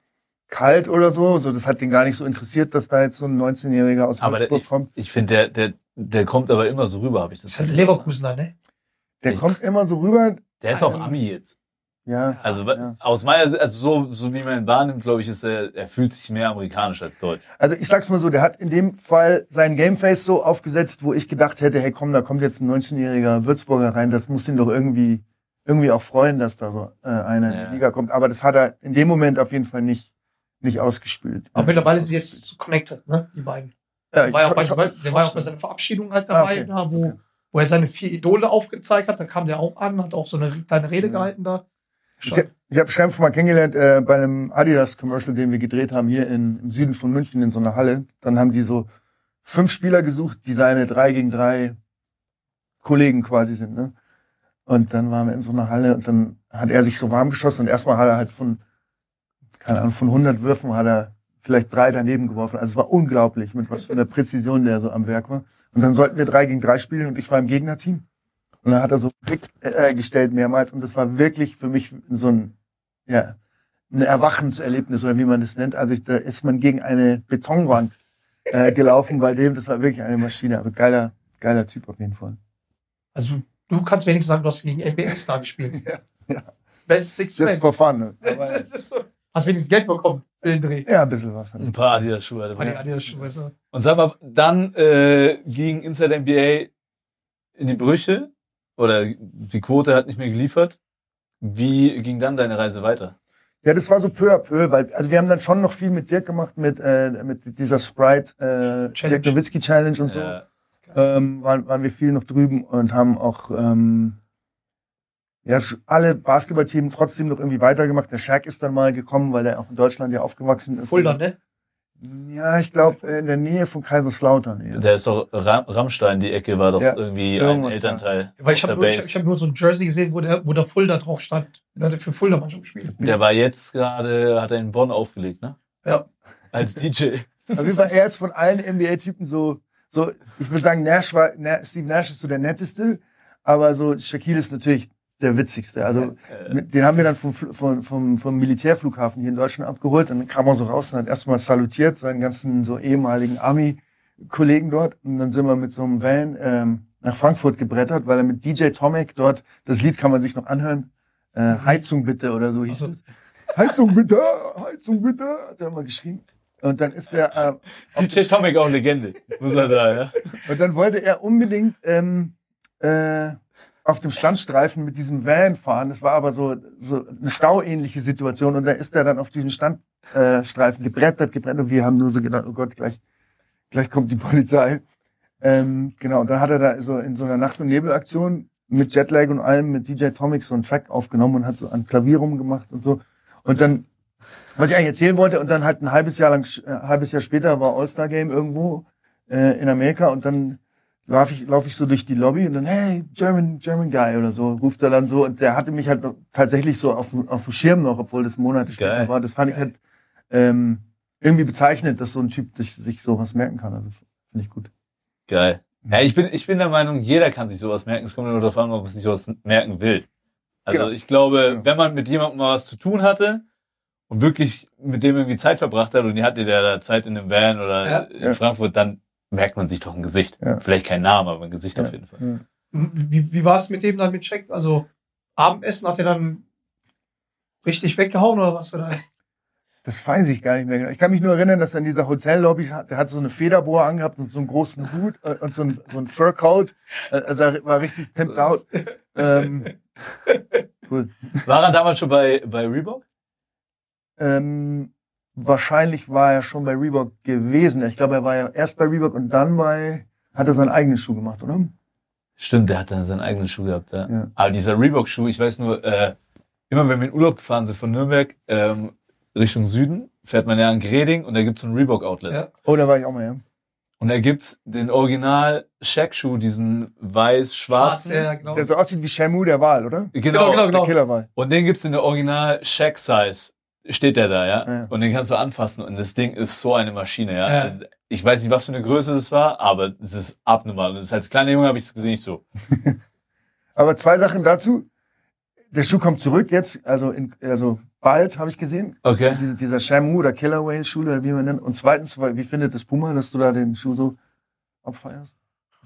kalt oder so. So, das hat ihn gar nicht so interessiert, dass da jetzt so ein neunzehnjähriger aus Aber der, Würzburg ich, kommt. ich finde, der, der, der kommt aber immer so rüber, habe ich das Das ist halt Gefühl. Leverkusener, ne? Der ich- kommt immer so rüber. Der ist auch Ami jetzt. Ja, Also ja. aus meiner Sicht, also so, so wie man ihn wahrnimmt, glaube ich, ist er, er fühlt sich mehr amerikanisch als deutsch. Also ich sag's mal so, der hat in dem Fall seinen Gameface so aufgesetzt, wo ich gedacht hätte, hey komm, da kommt jetzt ein neunzehnjähriger Würzburger rein, das muss ihn doch irgendwie irgendwie auch freuen, dass da so äh, einer in Ja. die Liga kommt. Aber das hat er in dem Moment auf jeden Fall nicht nicht ausgespült. Aber mittlerweile sind sie jetzt so connected, ne? Die beiden. Ja, Der war ja auch bei, ich- ich- der war ja auch bei seiner Verabschiedung halt Ah, dabei, okay. da, wo, Okay. wo er seine vier Idole aufgezeigt hat. Da kam der auch an, hat auch so eine kleine Rede Ja. gehalten da. Ich, ich habe Schrempf mal kennengelernt äh, bei einem Adidas-Commercial, den wir gedreht haben hier in, im Süden von München in so einer Halle. Dann haben die so fünf Spieler gesucht, die seine drei gegen drei Kollegen quasi sind. Ne? Und dann waren wir in so einer Halle und dann hat er sich so warm geschossen und erstmal hat er halt von, keine Ahnung, von hundert Würfen hat er vielleicht drei daneben geworfen. Also es war unglaublich, mit was für einer Präzision der so am Werk war. Und dann sollten wir drei gegen drei spielen und ich war im Gegnerteam. Und dann hat er so einen Blick äh, gestellt mehrmals und das war wirklich für mich so ein, ja, ein Erwachenserlebnis oder wie man das nennt. Also ich, da ist man gegen eine Betonwand äh, gelaufen bei dem. Das war wirklich eine Maschine. Also geiler, geiler Typ auf jeden Fall. Also du kannst wenigstens sagen, du hast gegen N B A-Star gespielt. Ja, ja. Best Six Just Man. for fun. Ne? Aber, Hast wenigstens Geld bekommen für den Dreh. ja, ein bisschen was. Ein paar Adidas-Schuhe. hatte Ah, die man. Adidas-Schuhe, so. Und sag mal, dann äh, ging Inside N B A in die Brüche oder die Quote hat nicht mehr geliefert. Wie ging dann deine Reise weiter? Ja, das war so peu à peu, weil also wir haben dann schon noch viel mit Dirk gemacht, mit äh, mit dieser Sprite äh, Challenge. Dirk Nowitzki Challenge und so. Ja, ähm, waren, waren wir viel noch drüben und haben auch ähm, ja, sch- alle Basketballteams trotzdem noch irgendwie weitergemacht. Der Shaq ist dann mal gekommen, weil er auch in Deutschland ja aufgewachsen ist. Fulda, ne? Ja, ich glaube in der Nähe von Kaiserslautern. Ja. der ist doch Ram Rammstein, die Ecke war doch Ja, irgendwie ein irgendwas, Elternteil. Weil ich auf habe der nur, ich, Base. ich hab nur so ein Jersey gesehen, wo der, wo der Fulda drauf stand. Der hatte für Fulda mal schon gespielt. Der war jetzt gerade, hat er in Bonn aufgelegt, ne? Ja. Als D J. Auf jeden Fall, er ist von allen N B A-Typen so, so, ich würde sagen, Nash war, Na, Steve Nash ist so der netteste, aber so Shaquille ist natürlich der witzigste. Also mit, den haben wir dann vom, Fl- vom, vom, vom Militärflughafen hier in Deutschland abgeholt. Und dann kam er so raus und hat erstmal salutiert, seinen ganzen so ehemaligen Army-Kollegen dort. Und dann sind wir mit so einem Van ähm, nach Frankfurt gebrettert, weil er mit D J Tomek dort, das Lied kann man sich noch anhören, äh, Heizung bitte oder so hieß Also, es. Heizung bitte, Heizung bitte, hat er immer geschrien. Und dann ist er äh, D J Tomek auch Legende, muss er da, ja? und dann wollte er unbedingt ähm, äh, auf dem Standstreifen mit diesem Van fahren. Das war aber so, so eine stauähnliche Situation. Und da ist er dann auf diesem Standstreifen äh, Streifen gebrettert, gebrettert. Und wir haben nur so gedacht, oh Gott, gleich, gleich kommt die Polizei. Ähm, genau, und dann hat er da so in so einer Nacht- und Nebelaktion mit Jetlag und allem, mit D J Tomek so einen Track aufgenommen und hat so an Klavier rumgemacht und so. Und dann, was ich eigentlich erzählen wollte, und dann halt ein halbes Jahr lang, äh, ein halbes Jahr später war All-Star-Game irgendwo äh, in Amerika und dann laufe ich, lauf ich so durch die Lobby und dann, hey, German, German Guy oder so, ruft er dann so. Und der hatte mich halt tatsächlich so auf, auf dem Schirm noch, obwohl das Monate später Geil. war. Das fand ich halt ähm, irgendwie bezeichnend, dass so ein Typ sich, sich sowas merken kann. Also finde ich gut. Geil. Ja, ich bin, ich bin der Meinung, jeder kann sich sowas merken. Es kommt nur darauf an, ob man sich sowas merken will. Also Genau. ich glaube, Genau. wenn man mit jemandem mal was zu tun hatte und wirklich mit dem irgendwie Zeit verbracht hat und ihr hattet ja da Zeit in einem Van oder Ja. in Ja. Frankfurt, dann merkt man sich doch ein Gesicht. Ja. Vielleicht kein Name, aber ein Gesicht Ja. auf jeden Fall. Ja. Wie, wie war es mit dem dann mit Shaq? Also, Abendessen hat er dann richtig weggehauen oder was? Oder? Das weiß ich gar nicht mehr genau. Ich kann mich nur erinnern, dass er in dieser Hotellobby hat, der hat so eine Federboa angehabt und so einen großen Hut äh, und so ein, so ein Furcoat. Äh, Also er war richtig pimped out. Ähm, cool. War er damals schon bei, bei Reebok? Ähm, wahrscheinlich war er schon bei Reebok gewesen. Ich glaube, er war ja erst bei Reebok und dann bei, hat er seinen eigenen Schuh gemacht, oder? Stimmt, der hat dann seinen eigenen Schuh gehabt, ja. Ja. Aber dieser Reebok-Schuh, ich weiß nur, äh, immer wenn wir in Urlaub gefahren sind von Nürnberg ähm, Richtung Süden, fährt man ja an Greding und da gibt's so ein Reebok-Outlet. Ja. Oh, da war ich auch mal, ja. Und da gibt's den Original Shaq-Schuh, diesen weiß-schwarzen. Ja, genau. Der so aussieht wie Shamu, der Wal, oder? Genau, genau, Der Killerwal. Und den gibt's in der Original Shaq-Size. Steht der da, ja? Ja. Und den kannst du anfassen und das Ding ist so eine Maschine, ja? Ja. Also, ich weiß nicht, was für eine Größe das war, aber es ist abnormal. Und das als kleiner Junge habe ich es gesehen, nicht so. Aber zwei Sachen dazu. Der Schuh kommt zurück jetzt, also, in, also bald, habe ich gesehen. Okay. Diese, dieser Shamu oder Killerway-Schuh, oder wie man nennt. Und zweitens, weil- wie findet das Puma, dass du da den Schuh so abfeierst?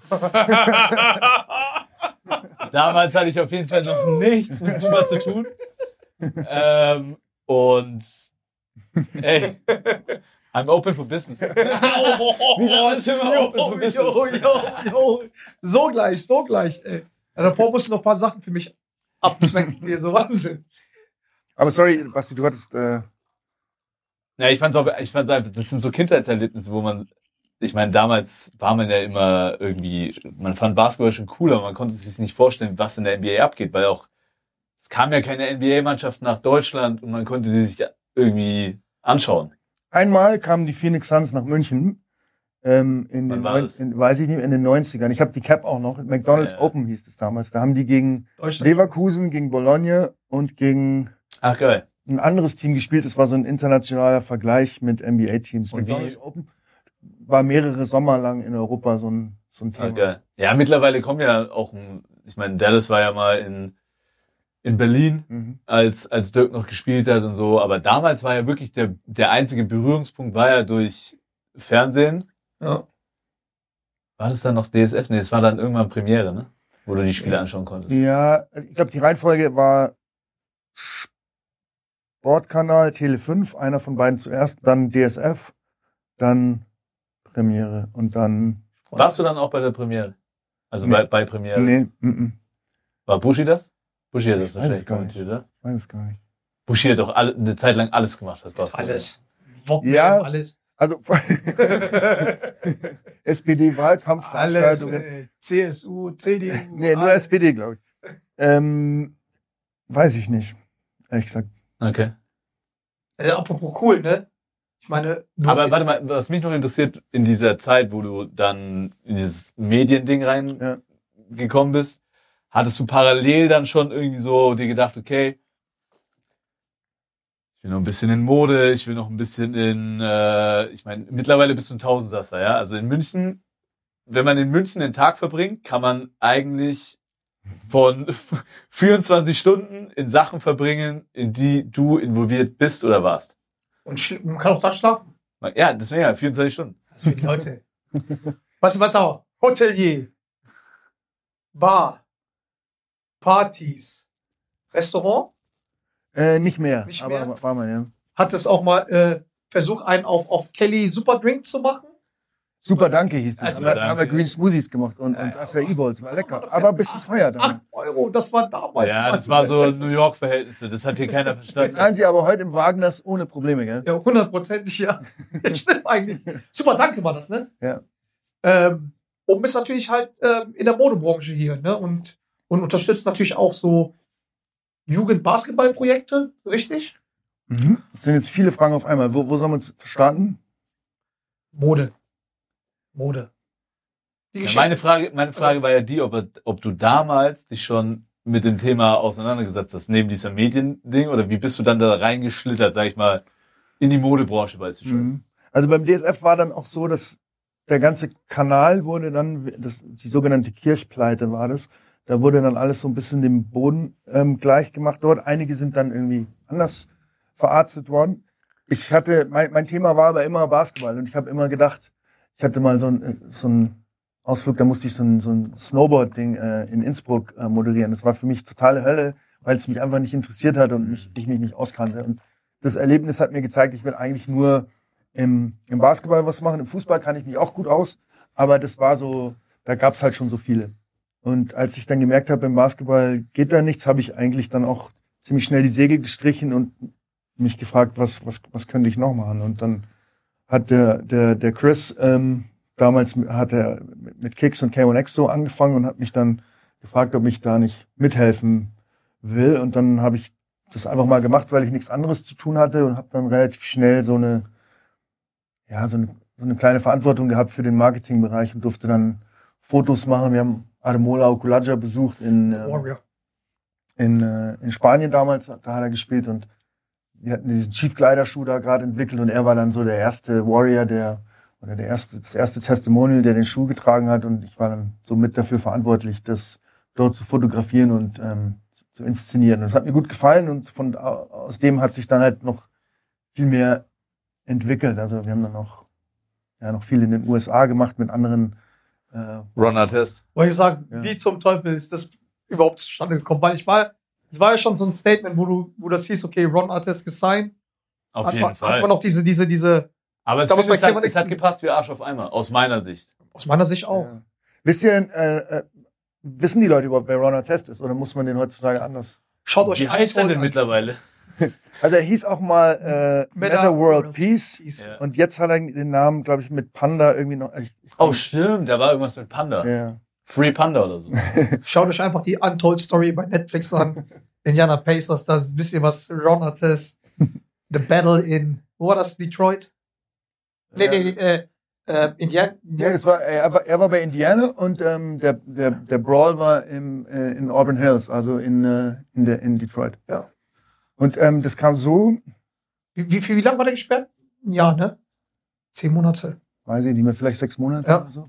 Damals hatte ich auf jeden Fall noch nichts mit Puma zu tun. Ähm, und ey, I'm open for business. Wie alles immer open for business. yo, yo, yo. So gleich, so gleich, ey. Ja, davor musst du noch ein paar Sachen für mich abzwecken. Hier, so Wahnsinn. Aber sorry, Basti, du hattest, äh, Ja, ich fand's auch, ich fand's einfach, das sind so Kindheitserlebnisse, wo man, ich meine, damals war man ja immer irgendwie, man fand Basketball schon cooler, man konnte sich nicht vorstellen, was in der N B A abgeht, weil auch, es kam ja keine N B A-Mannschaft nach Deutschland und man konnte sie sich irgendwie anschauen. einmal kamen die Phoenix Suns nach München. Ähm, in Wann den war neun- das? in, weiß ich nicht, in den neunzigern. Ich habe die Cap auch noch. McDonald's Ja. Open hieß es damals. Da haben die gegen Deutschland. Leverkusen, gegen Bologna und gegen Ach geil. ein anderes Team gespielt. Es war so ein internationaler Vergleich mit N B A-Teams. Und McDonald's wie- Open war mehrere Sommer lang in Europa so ein, so ein Ah, Thema. geil. Ja, mittlerweile kommen ja auch, ein- ich meine, Dallas war ja mal in, in Berlin, Mhm. als, als Dirk noch gespielt hat und so, aber damals war ja wirklich der, der einzige Berührungspunkt war ja durch Fernsehen. Ja. War das dann noch D S F? Nee, es war dann irgendwann Premiere, ne? Wo du die Spiele anschauen konntest. Ja, ich glaube, die Reihenfolge war Sportkanal, Tele fünf, einer von beiden zuerst, dann D S F, dann Premiere und dann. Warst du dann auch bei der Premiere? Also Nee. bei, bei Premiere? Nee, mm, War Buschi das? Buschi hat das Weiß wahrscheinlich ich gar nicht. kommentiert, oder? weiß es gar nicht. Buschi hat doch alle, eine Zeit lang alles gemacht, was Basketball. Alles. Wokman, Ja. alles. Also S P D-Wahlkampf. Alles. Äh, C S U, C D U. Nee, nur alles. S P D, glaube ich. Ähm, weiß ich nicht. Ehrlich gesagt. Okay. Äh, apropos cool, ne? Ich meine, du Aber hast- warte mal, was mich noch interessiert, in dieser Zeit, wo du dann in dieses Mediending Ja. reingekommen bist, hattest du parallel dann schon irgendwie so dir gedacht, okay, ich will noch ein bisschen in Mode, ich will noch ein bisschen in, äh, ich meine, mittlerweile bist du ein Tausendsasser, ja? Also in München, wenn man in München den Tag verbringt, kann man eigentlich von vierundzwanzig Stunden in Sachen verbringen, in die du involviert bist oder warst. und schl- man kann auch da schlafen. Ja, deswegen ja, vierundzwanzig Stunden. Das für die Leute. Was, was auch? Hotelier. Bar. Partys. Restaurant. Äh, nicht mehr. Nicht aber mehr? war mal, ja. Hat es auch mal äh, versucht, einen auf, auf Kelly Superdrink zu machen? Super Danke hieß das. Also, Also, da haben wir Danke. Green Smoothies gemacht und, und Acai Bowls. War lecker. Aber ein bisschen teuer acht dann. Euro, das war damals. Ja, das war so New York-Verhältnisse, das hat hier keiner verstanden. Zahlen Sie aber heute im Wagners ohne Probleme, gell? Ja, hundertprozentig, ja. Stimmt eigentlich. Super, danke war das, ne? Ja. Ähm, Oben ist natürlich halt ähm, in der Modebranche hier, ne? Und, und unterstützt natürlich auch so Jugendbasketballprojekte, richtig? Mhm. Das sind jetzt viele Fragen auf einmal. Wo, wo sollen wir uns starten? Mode. Mode. Die Ja, Geschichte. meine Frage, meine Frage war ja die, ob, ob du damals dich schon mit dem Thema auseinandergesetzt hast, neben dieser Mediending, oder wie bist du dann da reingeschlittert, sag ich mal, in die Modebranche, weißt du schon? Mhm. Also beim D S F war dann auch so, dass der ganze Kanal wurde dann, das, die sogenannte Kirchpleite war das, da wurde dann alles so ein bisschen dem Boden ähm, gleich gemacht dort. Einige sind dann irgendwie anders verarztet worden. Ich hatte, mein, mein Thema war aber immer Basketball und ich habe immer gedacht, ich hatte mal so ein, so ein Ausflug, da musste ich so ein, so ein Snowboard-Ding äh, in Innsbruck äh, moderieren. Das war für mich totale Hölle, weil es mich einfach nicht interessiert hat und mich, ich mich nicht auskannte. Und das Erlebnis hat mir gezeigt, ich will eigentlich nur im, im Basketball was machen. Im Fußball kann ich mich auch gut aus, aber das war so, da gab es halt schon so viele. Und als ich dann gemerkt habe, im Basketball geht da nichts, habe ich eigentlich dann auch ziemlich schnell die Segel gestrichen und mich gefragt, was, was, was könnte ich noch machen? Und dann hat der, der, der Chris, ähm, damals hat er mit Kicks und K eins X so angefangen und hat mich dann gefragt, ob ich da nicht mithelfen will. Und dann habe ich das einfach mal gemacht, weil ich nichts anderes zu tun hatte und habe dann relativ schnell so eine, ja, so eine, so eine kleine Verantwortung gehabt für den Marketingbereich und durfte dann Fotos machen. Wir haben Ademola Okulaja besucht in, äh, in, äh, in Spanien damals, da hat er gespielt und wir hatten diesen Chief Glider Schuh da gerade entwickelt und er war dann so der erste Warrior, der oder der erste, das erste Testimonial, der den Schuh getragen hat und ich war dann so mit dafür verantwortlich, das dort zu fotografieren und ähm, zu inszenieren. Und das hat mir gut gefallen und von aus dem hat sich dann halt noch viel mehr entwickelt. Also wir haben dann noch ja noch viel in den U S A gemacht mit anderen. Äh, Ron Artest. Wollte ich sagen, Ja. wie zum Teufel ist das überhaupt zustande gekommen? Weil ich war, es war ja schon so ein Statement, wo du, wo das hieß, okay, Ron Artest gesigned. Auf hat jeden man, Fall. Hat man noch diese, diese, diese, Aber es, Da muss finde, man es, hat, Kevin es hat Nixon- gepasst wie Arsch auf Eimer, aus meiner Sicht. aus meiner Sicht auch. Ja. Wisst ihr denn, äh, äh, wissen die Leute überhaupt, wer Ron Artest ist oder muss man den heutzutage anders? Schaut euch Wie heißt er Folge denn an. mittlerweile? Also er hieß auch mal äh, Meta Meta World World Peace Peace. Ja. und jetzt hat er den Namen, glaube ich, mit Panda irgendwie noch. Ich, ich Oh, stimmt, da war irgendwas mit Panda. ja. Free Panda oder so. Schaut euch einfach die Untold Story bei Netflix an. Indiana Pacers, da ist ein bisschen was. Ron Artest. The Battle in, wo war das? Detroit? Nee, Ja. nee, nee, äh, äh, Indiana. Ja, das war, er, war, er war bei Indiana und ähm, der, der, der Brawl war im, äh, in Auburn Hills, also in, äh, in, der, in Detroit. Ja. Und ähm, das kam so, Wie, wie, wie, wie lange war der gesperrt? Ein Jahr, ne? Zehn Monate. weiß ich nicht mehr, vielleicht sechs Monate Ja. oder so.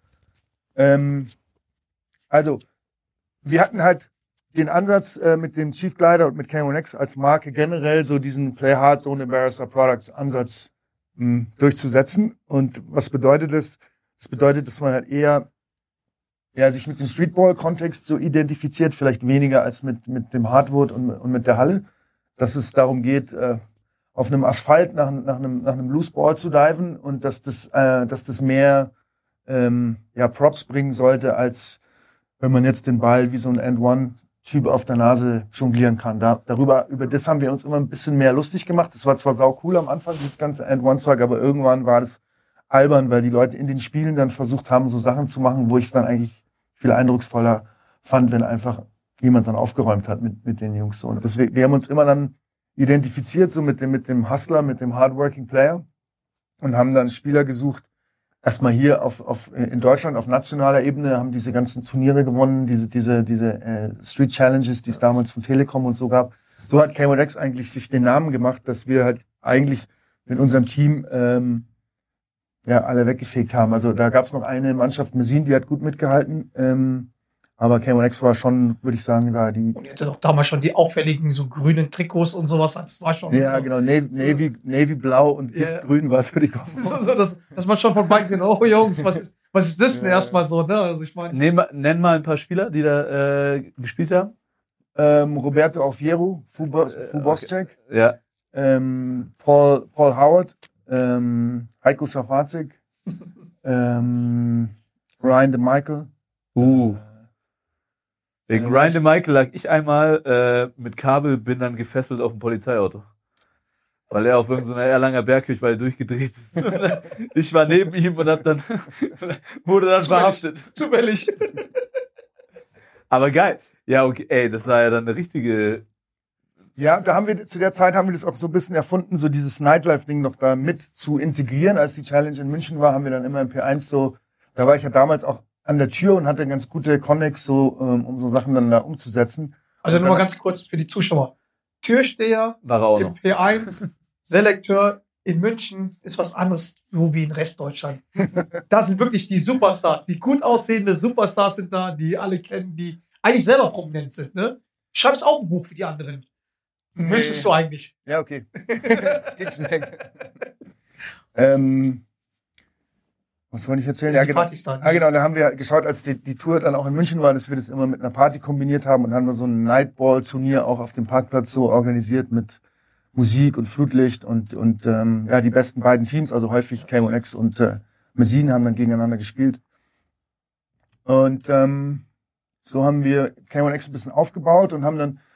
Ähm, also, wir hatten halt den Ansatz äh, mit dem Chief Glider und mit K eins X als Marke generell so diesen Play Hard, Don't Embarrass Our Products Ansatz mh, durchzusetzen. Und was bedeutet das? Das bedeutet, dass man halt eher ja, sich mit dem Streetball-Kontext so identifiziert, vielleicht weniger als mit, mit dem Hardwood und, und mit der Halle. Dass es darum geht, äh, auf einem Asphalt nach, nach einem, nach einem Loose Ball zu diven und dass das, äh, dass das mehr ähm, ja, Props bringen sollte, als wenn man jetzt den Ball wie so ein And-One-Typ auf der Nase jonglieren kann. Da, darüber, über das haben wir uns immer ein bisschen mehr lustig gemacht. Das war zwar sau cool am Anfang, das ganze And-One-Zeug, aber irgendwann war das albern, weil die Leute in den Spielen dann versucht haben, so Sachen zu machen, wo ich es dann eigentlich viel eindrucksvoller fand, wenn einfach jemand dann aufgeräumt hat mit, mit den Jungs. So. Und deswegen, wir haben uns immer dann identifiziert, so mit dem, mit dem Hustler, mit dem Hardworking Player und haben dann Spieler gesucht, erstmal hier auf, auf, in Deutschland auf nationaler Ebene, haben diese ganzen Turniere gewonnen, diese, diese, diese äh, Street Challenges, die es damals von Telekom und so gab. So hat K eins X eigentlich sich den Namen gemacht, dass wir halt eigentlich mit unserem Team ähm, ja alle weggefegt haben. Also da gab es noch eine Mannschaft, Messin, die hat gut mitgehalten, ähm, aber K eins X war schon, würde ich sagen, da die. Und ihr hattet doch damals schon die auffälligen, so grünen Trikots und sowas. Das war schon Ja, so. genau, Navy, Navy, Navy Blau und Ja. Giftgrün war so die Kopf. So, so, dass, dass man schon von Bike sehen, oh Jungs, was ist, was ist das denn Ja. erstmal so, ne? Also ich meine, Nenn, mal- nenn mal ein paar Spieler, die da äh, gespielt haben. Ähm, Roberto Alfiero, Fubos, Fuboschek, Ja. ähm, Paul, Paul Howard, ähm, Heiko Schafazik, ähm, Ryan DeMichael. Uh. Wegen Ryan DeMichael lag ich einmal äh, mit Kabelbindern gefesselt auf dem Polizeiauto. Weil er auf irgendeiner Erlanger Berghöchweihe durchgedreht ist. Ich war neben ihm und hab dann, wurde dann verhaftet. zufällig. Aber geil. Ja, okay, ey, das war ja dann eine richtige. Ja, da haben wir, zu der Zeit haben wir das auch so ein bisschen erfunden, so dieses Nightlife-Ding noch da mit zu integrieren. Als die Challenge in München war, haben wir dann immer im P eins so, da war ich ja damals auch an der Tür und hatte ganz gute Connex, so, ähm, um so Sachen dann da umzusetzen. Also Und nur mal dann- ganz kurz für die Zuschauer. Türsteher War er auch im noch. P eins, Selekteur in München ist was anderes, so wie in Restdeutschland. Da sind wirklich die Superstars, die gut aussehende Superstars sind da, die alle kennen, die eigentlich selber prominent sind, ne? Schreibst auch ein Buch für die anderen. Müsstest du eigentlich. Ja, okay. Geht schnell. ähm, was wollte ich erzählen? Ja, Die genau. Partys da. Ja, genau. Da haben wir geschaut, als die, die Tour dann auch in München war, dass wir das immer mit einer Party kombiniert haben und haben wir so ein Nightball-Turnier auch auf dem Parkplatz so organisiert mit Musik und Flutlicht und und ähm, ja, die besten beiden Teams, also häufig K eins X und äh, Mesin haben dann gegeneinander gespielt. Und ähm, so haben wir K eins X ein bisschen aufgebaut und haben dann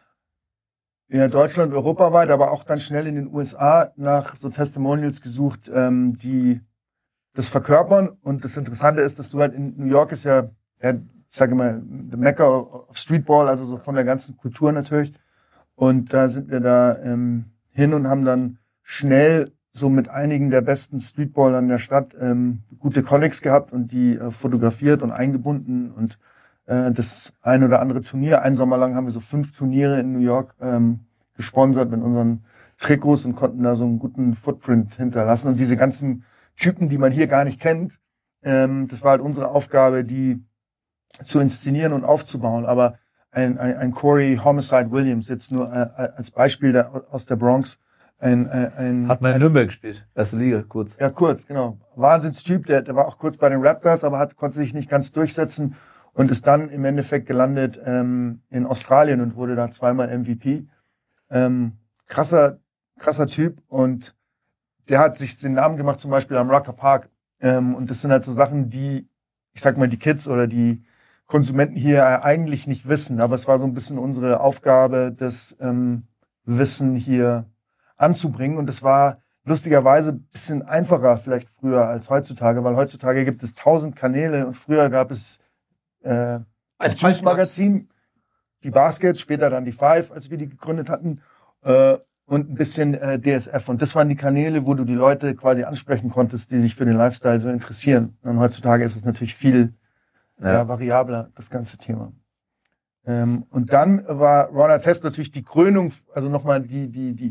ja, Deutschland, europaweit, aber auch dann schnell in den U S A nach so Testimonials gesucht, ähm, die das verkörpern. Und das Interessante ist, dass du halt in New York ist ja, ja ich sage immer, the Mecca of Streetball, also so von der ganzen Kultur natürlich. Und da sind wir da ähm, hin und haben dann schnell so mit einigen der besten Streetballern der Stadt ähm, gute Connects gehabt und die äh, fotografiert und eingebunden und äh, das ein oder andere Turnier. Einen Sommer lang haben wir so fünf Turniere in New York ähm, gesponsert mit unseren Trikots und konnten da so einen guten Footprint hinterlassen. Und diese ganzen Typen, die man hier gar nicht kennt, ähm, das war halt unsere Aufgabe, die zu inszenieren und aufzubauen. Aber ein, ein, ein Corey Homicide Williams, jetzt nur äh, als Beispiel der, aus der Bronx, ein, ein, ein Hat mal in Nürnberg gespielt. Erste Liga, kurz. ja, kurz, genau. Wahnsinnstyp, der, der war auch kurz bei den Raptors, aber hat, konnte sich nicht ganz durchsetzen und ist dann im Endeffekt gelandet ähm, in Australien und wurde da zweimal M V P. Ähm, krasser, krasser Typ und der hat sich den Namen gemacht, zum Beispiel am Rucker Park. Ähm, und das sind halt so Sachen, die, ich sag mal, die Kids oder die Konsumenten hier eigentlich nicht wissen. Aber es war so ein bisschen unsere Aufgabe, das ähm, Wissen hier anzubringen. Und es war lustigerweise ein bisschen einfacher vielleicht früher als heutzutage, weil heutzutage gibt es tausend Kanäle und früher gab es äh, das Juice-Magazin, die Basket, später dann die Five, als wir die gegründet hatten, äh, und ein bisschen äh, D S F. Und das waren die Kanäle, wo du die Leute quasi ansprechen konntest, die sich für den Lifestyle so interessieren. Und heutzutage ist es natürlich viel ja. Ja, variabler, das ganze Thema. Ähm, und dann war Ron Artest natürlich die Krönung, also nochmal die, die, die,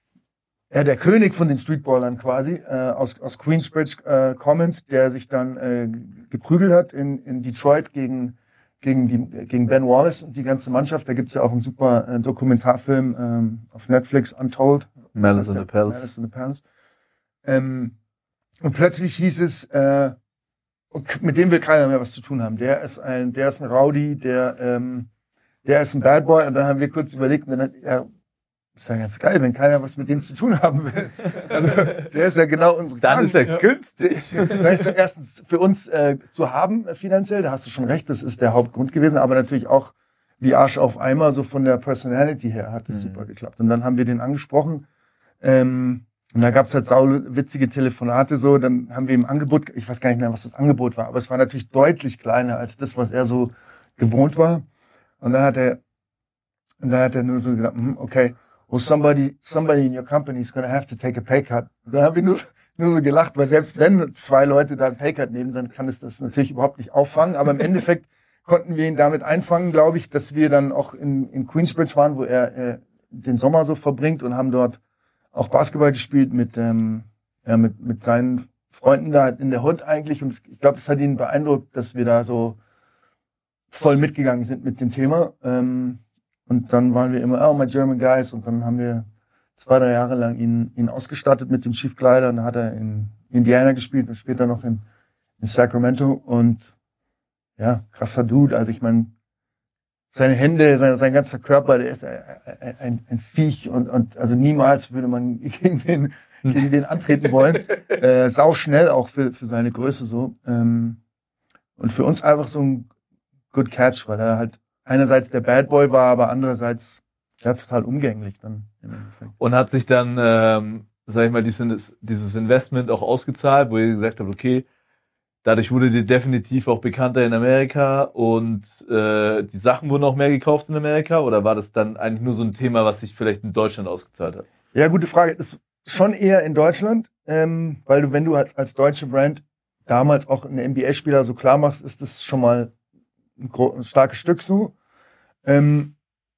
ja, der König von den Streetballern quasi, äh, aus, aus Queensbridge äh, kommend, der sich dann äh, geprügelt hat in, in Detroit gegen gegen die gegen Ben Wallace und die ganze Mannschaft. Da gibt's ja auch einen super äh, Dokumentarfilm ähm, auf Netflix, Untold. Malice in the Palace. Malice in the Palace. Ähm, und plötzlich hieß es, äh, mit dem will keiner mehr was zu tun haben. Der ist ein, der ist ein Rowdy, der, ähm, der ist ein Bad Boy. Und dann haben wir kurz überlegt, und dann hat, ja, ist ja ganz geil, wenn keiner was mit dem zu tun haben will. Also, der ist ja genau unsere Dann Krank- ist er ja. günstig. Das ist ja erstens für uns äh, zu haben äh, finanziell, da hast du schon recht, das ist der Hauptgrund gewesen, aber natürlich auch wie Arsch auf Eimer, so von der Personality her hat es Mhm. super geklappt. Und dann haben wir den angesprochen ähm, und da gab's halt sauwitzige Telefonate so, dann haben wir ihm Angebot, ich weiß gar nicht mehr, was das Angebot war, aber es war natürlich deutlich kleiner als das, was er so gewohnt war. Und dann hat er, und dann hat er nur so gesagt, hm, okay, well, somebody, somebody in your company is going to have to take a pay cut. Und dann haben wir nur, nur so gelacht, weil selbst wenn zwei Leute da einen Pay cut nehmen, dann kann es das natürlich überhaupt nicht auffangen. Aber im Endeffekt konnten wir ihn damit einfangen, glaube ich, dass wir dann auch in, in Queensbridge waren, wo er äh, den Sommer so verbringt und haben dort auch Basketball gespielt mit, ähm, ja, mit, mit seinen Freunden da in der Hood eigentlich. Und ich glaube, es hat ihn beeindruckt, dass wir da so voll mitgegangen sind mit dem Thema. Ähm, Und dann waren wir immer, oh, my German guys. Und dann haben wir zwei, drei Jahre lang ihn, ihn ausgestattet mit den Schiefkleidern. Dann hat er in Indiana gespielt und später noch in, in Sacramento. Und ja, krasser Dude. Also ich meine, seine Hände, sein, sein ganzer Körper, der ist ein, ein, ein Viech. Und, und also niemals würde man gegen den, gegen den antreten wollen. Äh, sau schnell auch für, für seine Größe so. Ähm, und für uns einfach so ein good catch, weil er halt einerseits der Bad Boy war, aber andererseits ja total umgänglich dann im Endeffekt. Und hat sich dann, ähm, sag ich mal, dieses, dieses Investment auch ausgezahlt, wo ihr gesagt habt, okay, dadurch wurde ihr definitiv auch bekannter in Amerika und äh, die Sachen wurden auch mehr gekauft in Amerika, oder war das dann eigentlich nur so ein Thema, was sich vielleicht in Deutschland ausgezahlt hat? Ja, gute Frage. Das ist schon eher in Deutschland, ähm, weil du, wenn du halt als deutsche Brand damals auch einen N B A-Spieler so klar machst, ist das schon mal ein, gro- ein starkes Stück so. Ähm,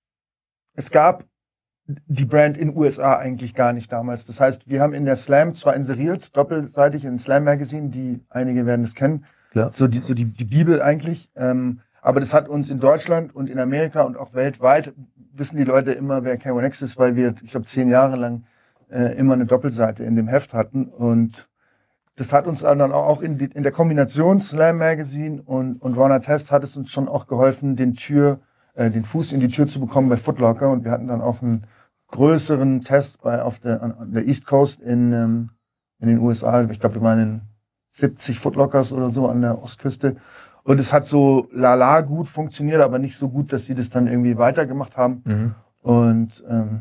es gab die Brand in U S A eigentlich gar nicht damals. Das heißt, wir haben in der Slam zwar inseriert, doppelseitig in Slam Magazine, die einige werden es kennen, Klar. so die, so die, die Bibel eigentlich, ähm, Aber das hat uns in Deutschland und in Amerika und auch weltweit, wissen die Leute immer, wer K eins X ist, weil wir, ich glaube, zehn Jahre lang äh, immer eine Doppelseite in dem Heft hatten. Und das hat uns dann auch in, die, in der Kombination Slam Magazine und, und Runner Test hat es uns schon auch geholfen, den Tür, äh, den Fuß in die Tür zu bekommen bei Foot Locker. Und wir hatten dann auch einen größeren Test bei, auf der, an der East Coast in, ähm, in den U S A. Ich glaube, wir waren in siebzig Foot Lockers oder so an der Ostküste. Und es hat so lala gut funktioniert, aber nicht so gut, dass sie das dann irgendwie weitergemacht haben. Mhm. Und ähm,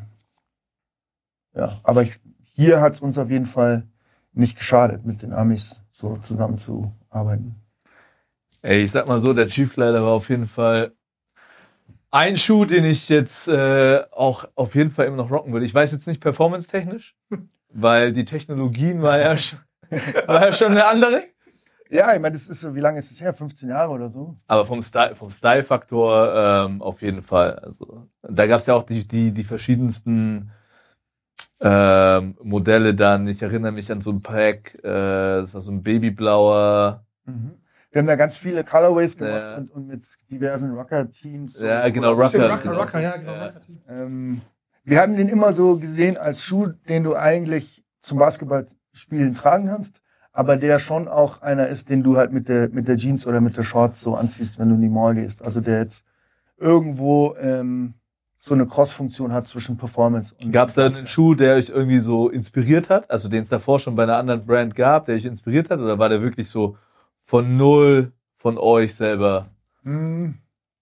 ja, aber ich, hier hat es uns auf jeden Fall nicht geschadet, mit den Amis so zusammenzuarbeiten. Ey, ich sag mal so, der Chiefkleider war auf jeden Fall ein Schuh, den ich jetzt äh, auch auf jeden Fall immer noch rocken würde. Ich weiß jetzt nicht performance-technisch, weil die Technologien war ja schon, war ja schon eine andere. Ja, ich meine, das ist so, wie lange ist es her? fünfzehn Jahre oder so? Aber vom Style, vom Style-Faktor ähm, auf jeden Fall. Also da gab es ja auch die, die, die verschiedensten ähm, Modelle dann. Ich erinnere mich an so ein Pack, äh, das war so ein babyblauer. Mhm. Wir haben da ganz viele Colorways gemacht Ja. und, und mit diversen Rocker-Teams. Ja, und- genau, oder- Stimmt, Rocker. Rocker, genau. Rocker, ja, genau. Ja. Rocker. Ähm, wir haben den immer so gesehen als Schuh, den du eigentlich zum Basketballspielen tragen kannst, aber der schon auch einer ist, den du halt mit der, mit der Jeans oder mit der Shorts so anziehst, wenn du in die Mall gehst. Also der jetzt irgendwo ähm, so eine Cross-Funktion hat zwischen Performance und... Gab es da einen Schuh, der euch irgendwie so inspiriert hat? Also den es davor schon bei einer anderen Brand gab, der euch inspiriert hat? Oder war der wirklich so von null von euch selber? Hm.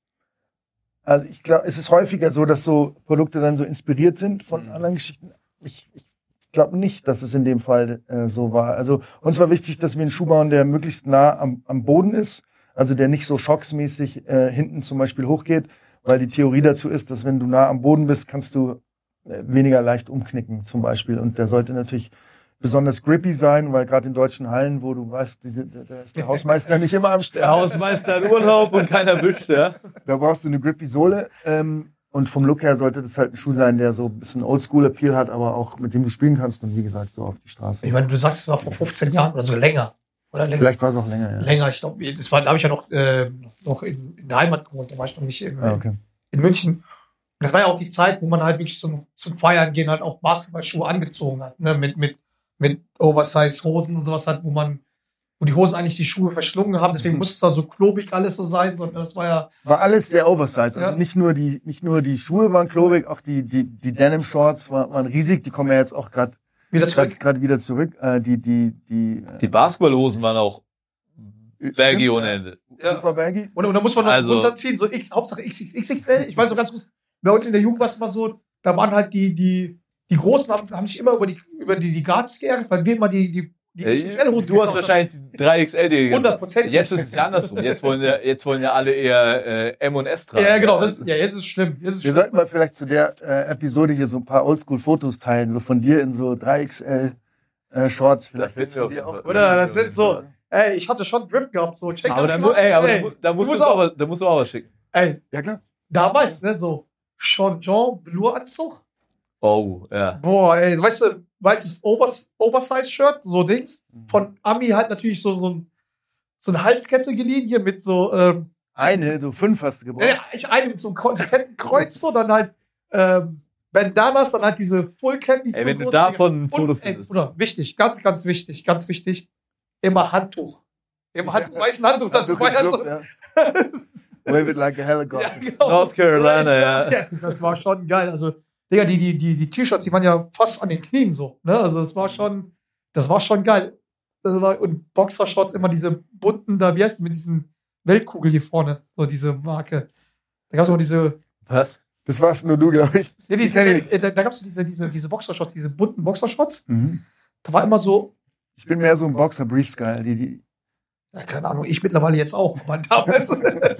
Also ich glaube, es ist häufiger so, dass so Produkte dann so inspiriert sind von Mhm. anderen Geschichten. Ich, ich glaube nicht, dass es in dem Fall äh, so war. Also uns war wichtig, dass wir einen Schuh bauen, der möglichst nah am, am Boden ist, also der nicht so schocksmäßig äh, hinten zum Beispiel hochgeht, weil die Theorie dazu ist, dass wenn du nah am Boden bist, kannst du äh, weniger leicht umknicken zum Beispiel. Und der sollte natürlich besonders grippy sein, weil gerade in deutschen Hallen, wo du weißt, da ist der Hausmeister nicht immer am Start. Der Hausmeister in Urlaub und keiner wischt, ja? Da brauchst du eine grippy Sohle. Ähm, und vom Look her sollte das halt ein Schuh sein, der so ein bisschen Oldschool-Appeal hat, aber auch mit dem du spielen kannst und wie gesagt, so auf die Straße. Ich meine, du sagst es war vor fünfzehn Jahren oder so länger. Oder länger. Vielleicht war es auch länger, ja. Länger, ich glaube, das war, da habe ich ja noch, äh, noch in, in der Heimat gewohnt, da war ich noch nicht in, Ah, okay. in München. Das war ja auch die Zeit, wo man halt wirklich zum, zum Feiern gehen halt auch Basketballschuhe angezogen hat, ne, mit, mit, mit Oversize-Hosen und sowas hat, wo man, wo die Hosen eigentlich die Schuhe verschlungen haben, deswegen musste es da so klobig alles so sein, sondern das war ja, War alles sehr oversized. Also Ja. nicht nur die, nicht nur die Schuhe waren klobig, auch die, die, die Denim-Shorts waren, waren riesig. Die kommen ja jetzt auch gerade wieder zurück. gerade wieder zurück. Äh, die, die, die, äh, Die Basketballhosen waren auch baggy stimmt, ohne Ende. Ja. Super baggy. Und, und da muss man noch Also- runterziehen, so X, Hauptsache X X X L. Ich weiß noch ganz kurz, bei uns in der Jugend war es immer so, da waren halt die, die, die Großen haben, haben sich immer über die, über die, die Guards geärgert, weil wir immer die, die, die X X L-Hosen Du hast wahrscheinlich drei X L dir gesagt. hundertprozentig. Jetzt ist es ja andersrum. Jetzt wollen ja, jetzt wollen ja alle eher äh, M und S tragen. Ja, genau, das, ja, jetzt ist es schlimm. Jetzt ist es Wir schlimm. sollten mal vielleicht zu der äh, Episode hier so ein paar Oldschool-Fotos teilen, so von dir in so drei X L äh, Shorts. Vielleicht finden wir von dir auf jeden auch. Fall. Oder das sind so, ey, ich hatte schon Drip gehabt, so, check Aber das da, mal. mu- ey, aber ey, da, mu- da, musst du musst du auch, auch, was- da musst du auch was schicken. ey, Ja, klar. damals, ne, so, Jean, Jean Blur-Anzug. Oh, ja. Boah, ey, weißt du, weißes Overs Oversize-Shirt, so Dings. Von Ami halt natürlich so, so, ein, so eine Halskette geliehen, hier mit so, ähm, Eine, du fünf hast du gebraucht. ja, ich eine mit so einem konsequenten Kreuz, so, dann halt, ähm, Bandanas, dann halt diese Full-Cap. Ey, wenn du davon ein Foto Und, ey, findest. Bruder, wichtig, ganz, ganz wichtig, ganz wichtig, immer Handtuch. Immer Handtuch, weißen Handtuch dazu. Handtuch im feiern, Club, so. ja. Wave it like a helicopter. Ja, genau. North Carolina, ja. ja. Das war schon geil. Also, Digga, die, die, die, die T-Shirts, die waren ja fast an den Knien so. Ne? Also, das war schon, das war schon geil. Das war, und Boxershorts immer diese bunten, da, wie heißt die, mit diesen Weltkugel hier vorne, so diese Marke. Da gab es immer diese, Was? Das warst nur du, glaube ich. nee, diese, kenn ich äh, da, da gab es diese, diese, diese Boxershorts, diese bunten Boxershorts. Mhm. Da war immer so, Ich bin mehr so ein Boxer-Briefs-Geil. Die, die, ja, keine Ahnung, ich mittlerweile jetzt auch, aber damals.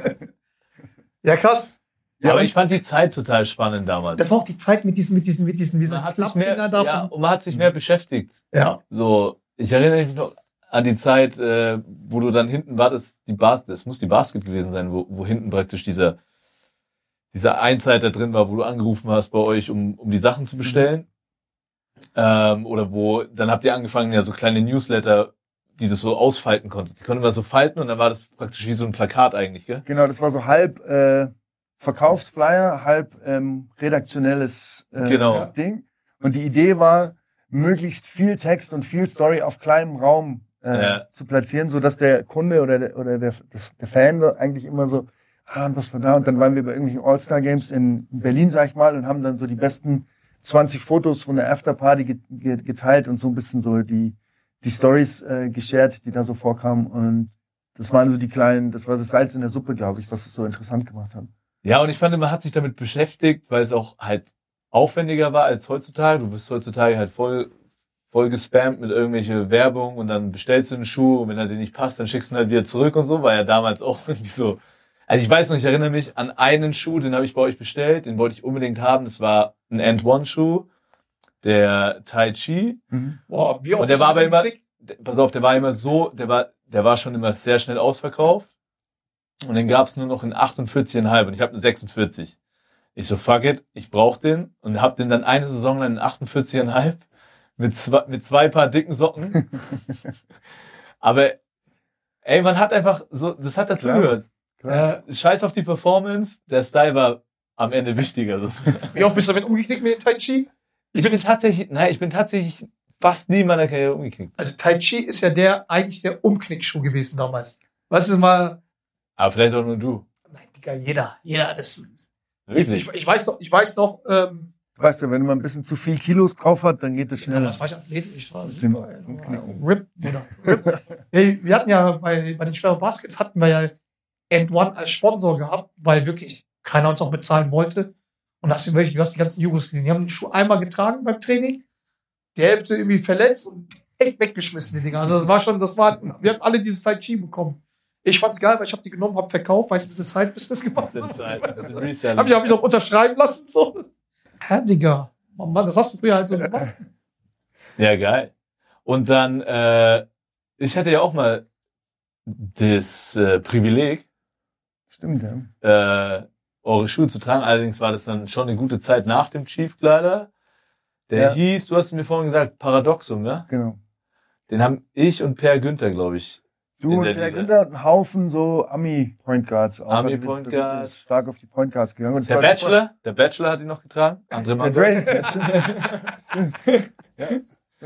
Ja, krass. Ja, aber ich fand die Zeit total spannend damals. Das war auch die Zeit mit diesen, mit diesen, mit diesen, diesen man hat sich mehr, Klappdingern ja, davon. und man hat sich mehr beschäftigt. Ja. So, ich erinnere mich noch an die Zeit, äh, wo du dann hinten wartest, die Bas das muss die Basket gewesen sein, wo, wo hinten praktisch dieser, dieser Einseiter drin war, wo du angerufen hast bei euch, um, um die Sachen zu bestellen. Ähm, oder wo, dann habt ihr angefangen, ja, so kleine Newsletter die das so ausfalten konnte. Die konnte man so falten und dann war das praktisch wie so ein Plakat eigentlich, gell? Genau, das war so halb äh, Verkaufsflyer, halb ähm, redaktionelles äh, Genau. Ding. Und die Idee war, möglichst viel Text und viel Story auf kleinem Raum äh, Ja. zu platzieren, so dass der Kunde oder der, oder der, das, der Fan eigentlich immer so, ah, und was war da? Und dann waren wir bei irgendwelchen All-Star-Games in Berlin, sag ich mal, und haben dann so die besten zwanzig Fotos von der Afterparty ge- ge- geteilt und so ein bisschen so die die Stories äh, geshared, die da so vorkamen. Und das waren so die kleinen, das war das Salz in der Suppe, glaube ich, was es so interessant gemacht hat. Ja, und ich fand, man hat sich damit beschäftigt, weil es auch halt aufwendiger war als heutzutage. Du bist heutzutage halt voll, voll gespammt mit irgendwelche Werbung und dann bestellst du einen Schuh und wenn er dir nicht passt, dann schickst du ihn halt wieder zurück und so, war ja damals auch irgendwie so. Also ich weiß noch, ich erinnere mich an einen Schuh, den habe ich bei euch bestellt, den wollte ich unbedingt haben. Das war ein End One Schuh, der Tai Chi. Boah, wie oft Und der ist war aber immer, Blick? der- pass auf, der war immer so, der war, der war schon immer sehr schnell ausverkauft. Und den gab's nur noch in achtundvierzig Komma fünf und ich habe eine sechsundvierzig. Ich so, fuck it, ich brauch den und hab den dann eine Saison lang in achtundvierzig Komma fünf mit zwei, mit zwei Paar dicken Socken. Aber, ey, man hat einfach so, das hat dazugehört. Äh, Scheiß auf die Performance, der Style war am Ende wichtiger. So. wie oft bist du damit umgeknickt mit dem Tai Chi? Ich bin tatsächlich, nein, ich bin tatsächlich fast nie in meiner Karriere umgeknickt. Also Tai Chi ist ja der, eigentlich der Umknickschuh gewesen damals. Weißt du mal, Aber vielleicht auch nur du. nein, Digga, jeder, jeder, das, ich, Wirklich. ich, ich weiß noch, ich weiß noch, ähm, Weißt du, wenn man ein bisschen zu viel Kilos drauf hat, dann geht das ja, schneller. das war ich athletisch, ich war Den super, ey. Umknicken. Rip, Bruder, Rip. Ey, wir hatten ja bei, bei den schweren Baskets hatten wir ja End One als Sponsor gehabt, weil wirklich keiner uns auch bezahlen wollte. Und hast du wirklich, du hast die ganzen Jugos gesehen, die haben den Schuh einmal getragen beim Training, die Hälfte irgendwie verletzt und echt weggeschmissen, die Dinger. Also das war schon, das war, wir haben alle dieses Tai Chi bekommen. Ich fand's geil, weil ich habe die genommen, hab verkauft, weil ich ein bisschen Side-Business gemacht Das ist halt- das ist ein Reselling. Hab ich, hab ich noch unterschreiben lassen, so. Hä, Digga. Mann, Mann, das hast du früher halt so gemacht. Ja, geil. Und dann, äh, ich hatte ja auch mal das äh, Privileg, Stimmt, ja. äh, eure Schuhe zu tragen. Allerdings war das dann schon eine gute Zeit nach dem Chief Kleider. Der Ja. hieß, du hast mir vorhin gesagt, Paradoxum, ne? Genau. Den haben ich und Per Günther, glaube ich. Du In und der der Liga. Günther und einen Haufen so Ami-Point Guards. auch. Ami Also wir- Point wir sind Guards. Stark auf die Point Guards gegangen. Und es Der war super. Bachelor, der Bachelor hat ihn noch getragen. Andere Der Mann. Dre. Ja, stimmt.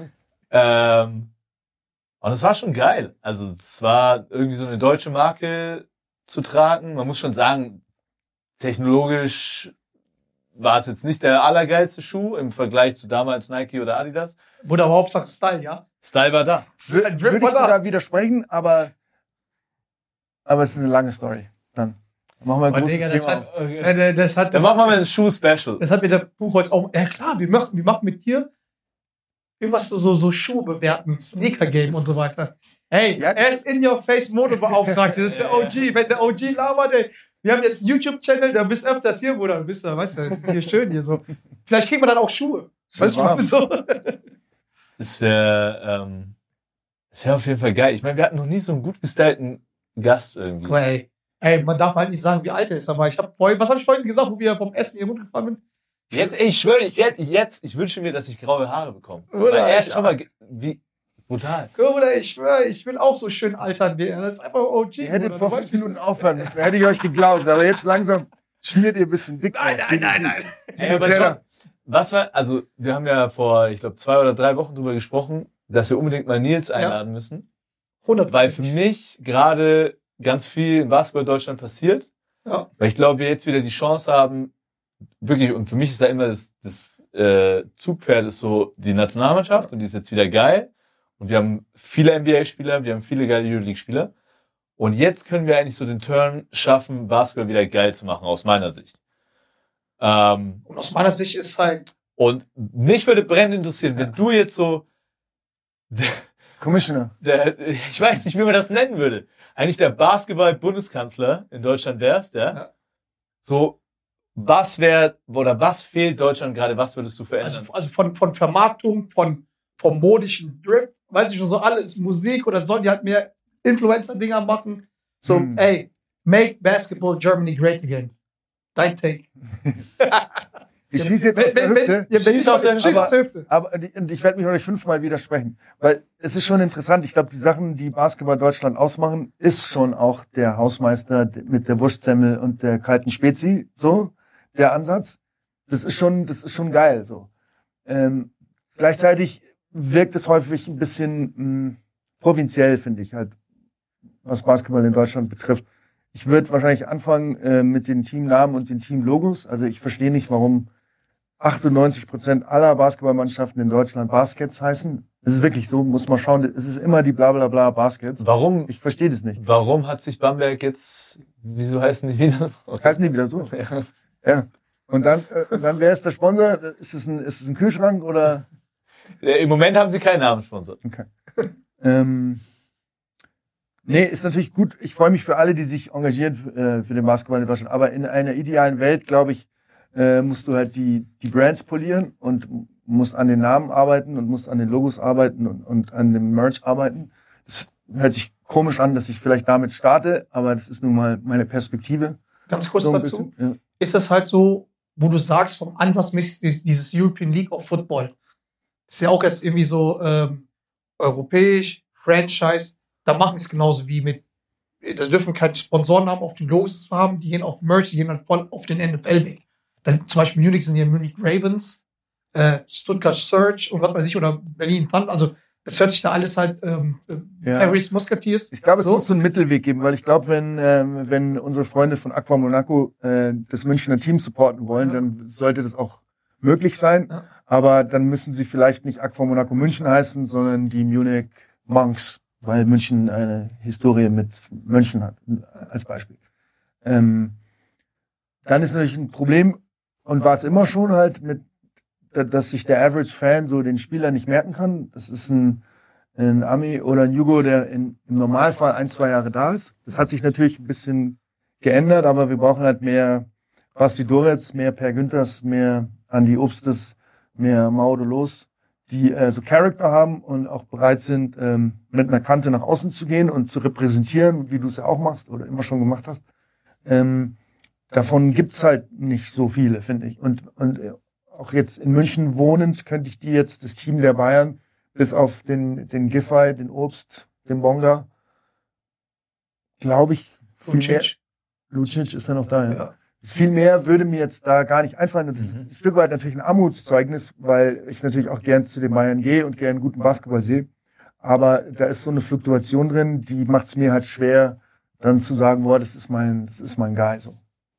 Ähm, und es war schon geil. Also es war irgendwie so eine deutsche Marke zu tragen. Man muss schon sagen, technologisch war es jetzt nicht der allergeilste Schuh im Vergleich zu damals Nike oder Adidas. Bruder, aber Hauptsache Style, ja? Style war da. Ein Würde Drip ich war da. sogar widersprechen, aber, aber es ist eine lange Story. Dann machen wir ein Aber großes Digga, das Thema. hat, äh, das hat, Dann das machen wir hat, mal ein Schuh-Special. das hat mir der Buchholz auch, ja klar, wir machen, wir machen mit dir irgendwas so, so, so Schuhe bewerten, Sneaker-Game und so weiter. Hey, Ja, er ist In-Your-Face-Modebeauftragte, das ist der O G, wenn der O G labert, ey. Wir haben jetzt einen YouTube-Channel, da bist öfters hier, Bruder, du bist da, weißt du, das ist hier schön hier so. Vielleicht kriegen wir dann auch Schuhe. Weißt du, warm. so. Das wäre ähm, das wär auf jeden Fall geil. Ich meine, wir hatten noch nie so einen gut gestylten Gast irgendwie. Guck mal, ey. Ey, man darf halt nicht sagen, wie alt er ist, aber ich habe vorhin, was habe ich vorhin gesagt, wo wir vom Essen hier runtergefahren sind? Jetzt, ey, ich schwöre, ich, jetzt, jetzt, ich wünsche mir, dass ich graue Haare bekomme. Oder? Weil er ist schon mal, ge- wie, brutal. Bruder, ich schwöre, ich will auch so schön altern wie er. Das ist einfach O G. Ihr hättet Bruder, vor du fünf weißt, wie es Minuten ist. aufhören müssen. Da hätte ich euch geglaubt. Aber jetzt langsam schmiert ihr ein bisschen dick Nein, auf. nein, nein, nein. Ey, aber schon, was war, also, wir haben ja vor, ich glaube, zwei oder drei Wochen drüber gesprochen, dass wir unbedingt mal Nils einladen müssen. hundert Weil für mich gerade ganz viel im Basketball Deutschland passiert. Ja. Weil ich glaube, wir jetzt wieder die Chance haben, wirklich, und für mich ist da immer das, das äh, Zugpferd ist so die Nationalmannschaft und die ist jetzt wieder geil. Und wir haben viele N B A-Spieler, wir haben viele geile Euroleague-Spieler. Und jetzt können wir eigentlich so den Turn schaffen, Basketball wieder geil zu machen, aus meiner Sicht. Ähm, Und aus meiner Sicht ist halt, und mich würde brennend interessieren, wenn du jetzt so, der, Commissioner. der, ich weiß nicht, wie man das nennen würde, eigentlich der Basketball-Bundeskanzler in Deutschland wärst, ja? Ja. So, was wäre, oder was fehlt Deutschland gerade, was würdest du verändern? also, also von, von Vermarktung, von, vom modischen Drip, weiß ich schon, so alles, Musik oder sollen die halt mehr Influencer-Dinger machen? So, Hm. ey, make basketball Germany great again. Dein Take. Ich schieße jetzt Wenn- aus der wenn- Hüfte. Ja, wenn Schieß ich aus der- schieß aus der Hüfte. Aber und ich werde mich euch fünfmal widersprechen, weil es ist schon interessant. Ich glaube, die Sachen, die Basketball Deutschland ausmachen, ist schon auch der Hausmeister mit der Wurstsemmel und der kalten Spezi, so der Ansatz. Das ist schon, das ist schon geil. So. Ähm, gleichzeitig wirkt es häufig ein bisschen mh, provinziell, finde ich halt, was Basketball in Deutschland betrifft. Ich würde wahrscheinlich anfangen äh, mit den Teamnamen und den Teamlogos. Also ich verstehe nicht, warum achtundneunzig Prozent aller Basketballmannschaften in Deutschland Baskets heißen. Das ist wirklich so, muss man schauen. Es ist immer die Blablabla Baskets. Warum, Ich verstehe das nicht. warum hat sich Bamberg jetzt, wieso heißen die wieder so? Heißen die wieder so? Ja. Ja. Und dann, äh, und dann wer ist der Sponsor? Ist es ein, ist es ein Kühlschrank oder? Ja, im Moment haben sie keinen Namenssponsor. Okay. Ähm, nee, ist natürlich gut. Ich freue mich für alle, die sich engagieren für, äh, für den Basketball in Deutschland. Aber in einer idealen Welt, glaube ich, äh, musst du halt die, die Brands polieren und musst an den Namen arbeiten und musst an den Logos arbeiten und, und an dem Merch arbeiten. Das hört sich komisch an, dass ich vielleicht damit starte, aber das ist nun mal meine Perspektive. Ganz kurz So ein dazu. bisschen, ja. Ist das halt so, wo du sagst, vom Ansatz mäßig dieses European League of Football. Das ist ja auch jetzt irgendwie so ähm, europäisch, Franchise. Da machen es genauso wie mit, da dürfen keine Sponsorennamen auf den Logos haben, die gehen auf Merch, die gehen dann voll auf den N F L weg. Da sind zum Beispiel Munich sind hier Munich Ravens, äh, Stuttgart Surge und was weiß ich, oder Berlin Thunder. Also das hört sich da alles halt ähm, Ja. Paris Musketeers. Ich glaube, es So. muss so einen Mittelweg geben, weil ich glaube, wenn ähm, wenn unsere Freunde von Aqua Monaco äh, das Münchner Team supporten wollen, Ja. dann sollte das auch möglich sein. Ja. Aber dann müssen sie vielleicht nicht Aqua Monaco München heißen, sondern die Munich Monks, weil München eine Historie mit Mönchen hat, als Beispiel. Ähm, dann ist natürlich ein Problem, und war es immer schon halt mit, dass sich der Average Fan so den Spieler nicht merken kann. Das ist ein ein Ami oder ein Jugo, der in, im Normalfall ein, zwei Jahre da ist. Das hat sich natürlich ein bisschen geändert, aber wir brauchen halt mehr Basti Doretz, mehr Per Günthers, mehr Andi Obstes, mehr Maude Los, die äh, so Charakter haben und auch bereit sind, ähm, mit einer Kante nach außen zu gehen und zu repräsentieren, wie du es ja auch machst oder immer schon gemacht hast. Ähm, davon gibt's halt nicht so viele, finde ich. Und, und äh, auch jetzt in München wohnend könnte ich die jetzt, das Team der Bayern, bis auf den, den Giffey, den Obst, den Bonga, glaube ich, viel mehr. Lucic. Lucic ist dann noch da, ja. Ja. Viel mehr würde mir jetzt da gar nicht einfallen. Und das ist Mhm. ein Stück weit natürlich ein Armutszeugnis, weil ich natürlich auch gern zu den Bayern gehe und gern guten Basketball sehe. Aber da ist so eine Fluktuation drin, die macht es mir halt schwer, dann zu sagen, boah, das ist mein, das ist mein Guy, so.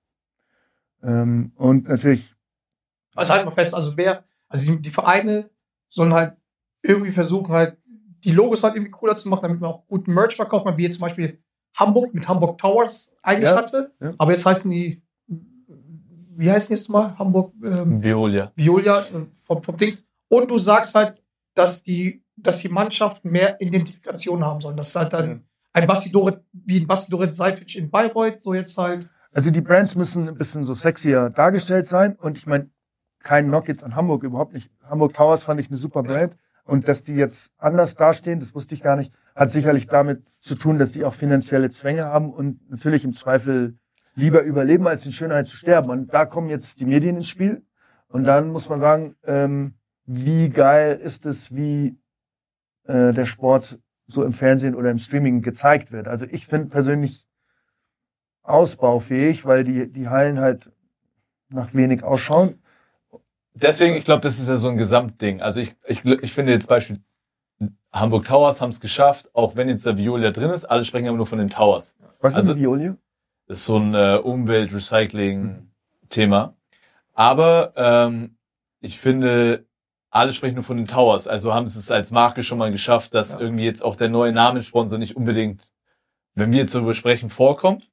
Ähm, und natürlich, Also halt mal fest, also wer, also die, die Vereine sollen halt irgendwie versuchen halt, die Logos halt irgendwie cooler zu machen, damit man auch guten Merch verkauft, wie jetzt zum Beispiel Hamburg mit Hamburg Towers eigentlich Ja, hatte. ja. Aber jetzt heißen die, wie heißen die jetzt mal? Hamburg, ähm, Violia. Violia, äh, vom, vom Dings. Und du sagst halt, dass die, dass die Mannschaften mehr Identifikation haben sollen. Das ist halt dann Ja. ein Basti Doret, wie ein Basti Doret Seific in Bayreuth, so jetzt halt. also die Brands müssen ein bisschen so sexier dargestellt sein. Und ich meine, kein Knock jetzt an Hamburg, überhaupt nicht. Hamburg Towers fand ich eine super Brand. Und dass die jetzt anders dastehen, das wusste ich gar nicht, hat sicherlich damit zu tun, dass die auch finanzielle Zwänge haben und natürlich im Zweifel lieber überleben, als in Schönheit zu sterben. Und da kommen jetzt die Medien ins Spiel. Und dann muss man sagen, ähm, wie geil ist es, wie äh, der Sport so im Fernsehen oder im Streaming gezeigt wird. Also ich finde persönlich ausbaufähig, weil die, die Hallen halt nach wenig ausschauen. Deswegen, ich glaube, das ist ja so ein Gesamtding. Also ich, ich, ich finde jetzt Beispiel Hamburg Towers haben es geschafft, auch wenn jetzt der Violia drin ist, alle sprechen aber nur von den Towers. Was Also- ist ein Violia? Das ist so ein äh, Umwelt-Recycling-Thema. Aber ähm, ich finde, alle sprechen nur von den Towers. Also haben sie es als Marke schon mal geschafft, dass Ja. irgendwie jetzt auch der neue Namenssponsor nicht unbedingt, wenn wir jetzt darüber sprechen, vorkommt.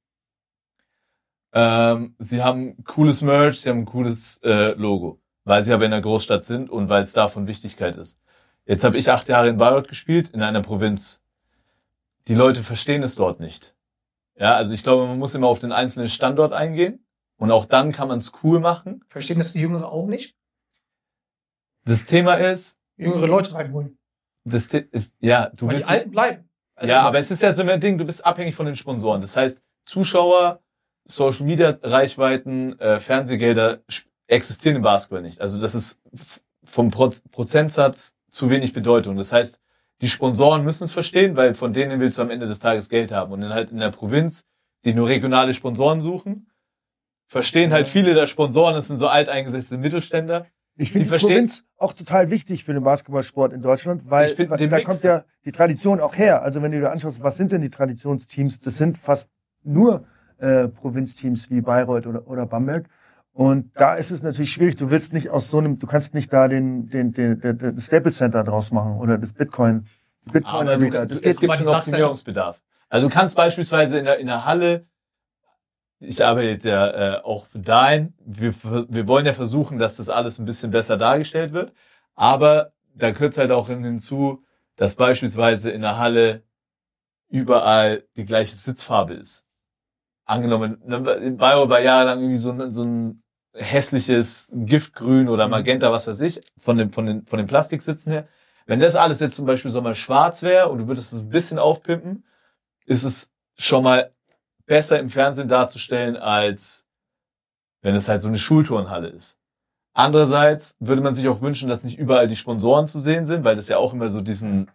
Ähm, sie haben cooles Merch, sie haben ein cooles äh, Logo, weil sie aber in einer Großstadt sind und weil es da von Wichtigkeit ist. Jetzt habe ich acht Jahre in Bayreuth gespielt, in einer Provinz. Die Leute verstehen es dort nicht. Ja, also ich glaube, man muss immer auf den einzelnen Standort eingehen und auch dann kann man es cool machen. Verstehen das die Jüngeren auch nicht? Das Thema ist, Jüngere Leute reinholen. das The- ist, ja, du Weil die willst, Alten bleiben. Also ja, aber es ist ja so ein Ding, du bist abhängig von den Sponsoren. Das heißt, Zuschauer, Social Media Reichweiten, äh, Fernsehgelder sp- existieren im Basketball nicht. Also das ist f- vom Pro- Prozentsatz zu wenig Bedeutung. Das heißt, die Sponsoren müssen es verstehen, weil von denen willst du am Ende des Tages Geld haben. Und dann halt in der Provinz, die nur regionale Sponsoren suchen, verstehen halt viele der Sponsoren, das sind so alteingesetzte Mittelständler. Ich Die finde die verstehen- Provinz auch total wichtig für den Basketballsport in Deutschland, weil, Ich find weil den da Mix- kommt ja die Tradition auch her. Also wenn du dir anschaust, was sind denn die Traditionsteams? Das sind fast nur äh, Provinzteams wie Bayreuth oder, oder Bamberg. Und da ist es natürlich schwierig. Du willst nicht aus so einem, du kannst nicht da den, den, den, den, den das Staples Center draus machen oder das Bitcoin. Bitcoin Aber du, Arena. das, Das es gibt aber schon die Sache- Optimierungsbedarf. Also du kannst beispielsweise in der, in der Halle, ich arbeite jetzt ja äh, auch für Dein, wir, wir wollen ja versuchen, dass das alles ein bisschen besser dargestellt wird, aber da gehört halt auch hinzu, dass beispielsweise in der Halle überall die gleiche Sitzfarbe ist. Angenommen, in Bayreuth war jahrelang irgendwie so ein, so ein hässliches Giftgrün oder Magenta, was weiß ich, von den, von den, von den Plastiksitzen her. Wenn das alles jetzt zum Beispiel so mal schwarz wäre und du würdest es ein bisschen aufpimpen, ist es schon mal besser im Fernsehen darzustellen, als wenn es halt so eine Schulturnhalle ist. Andererseits würde man sich auch wünschen, dass nicht überall die Sponsoren zu sehen sind, weil das ja auch immer so diesen,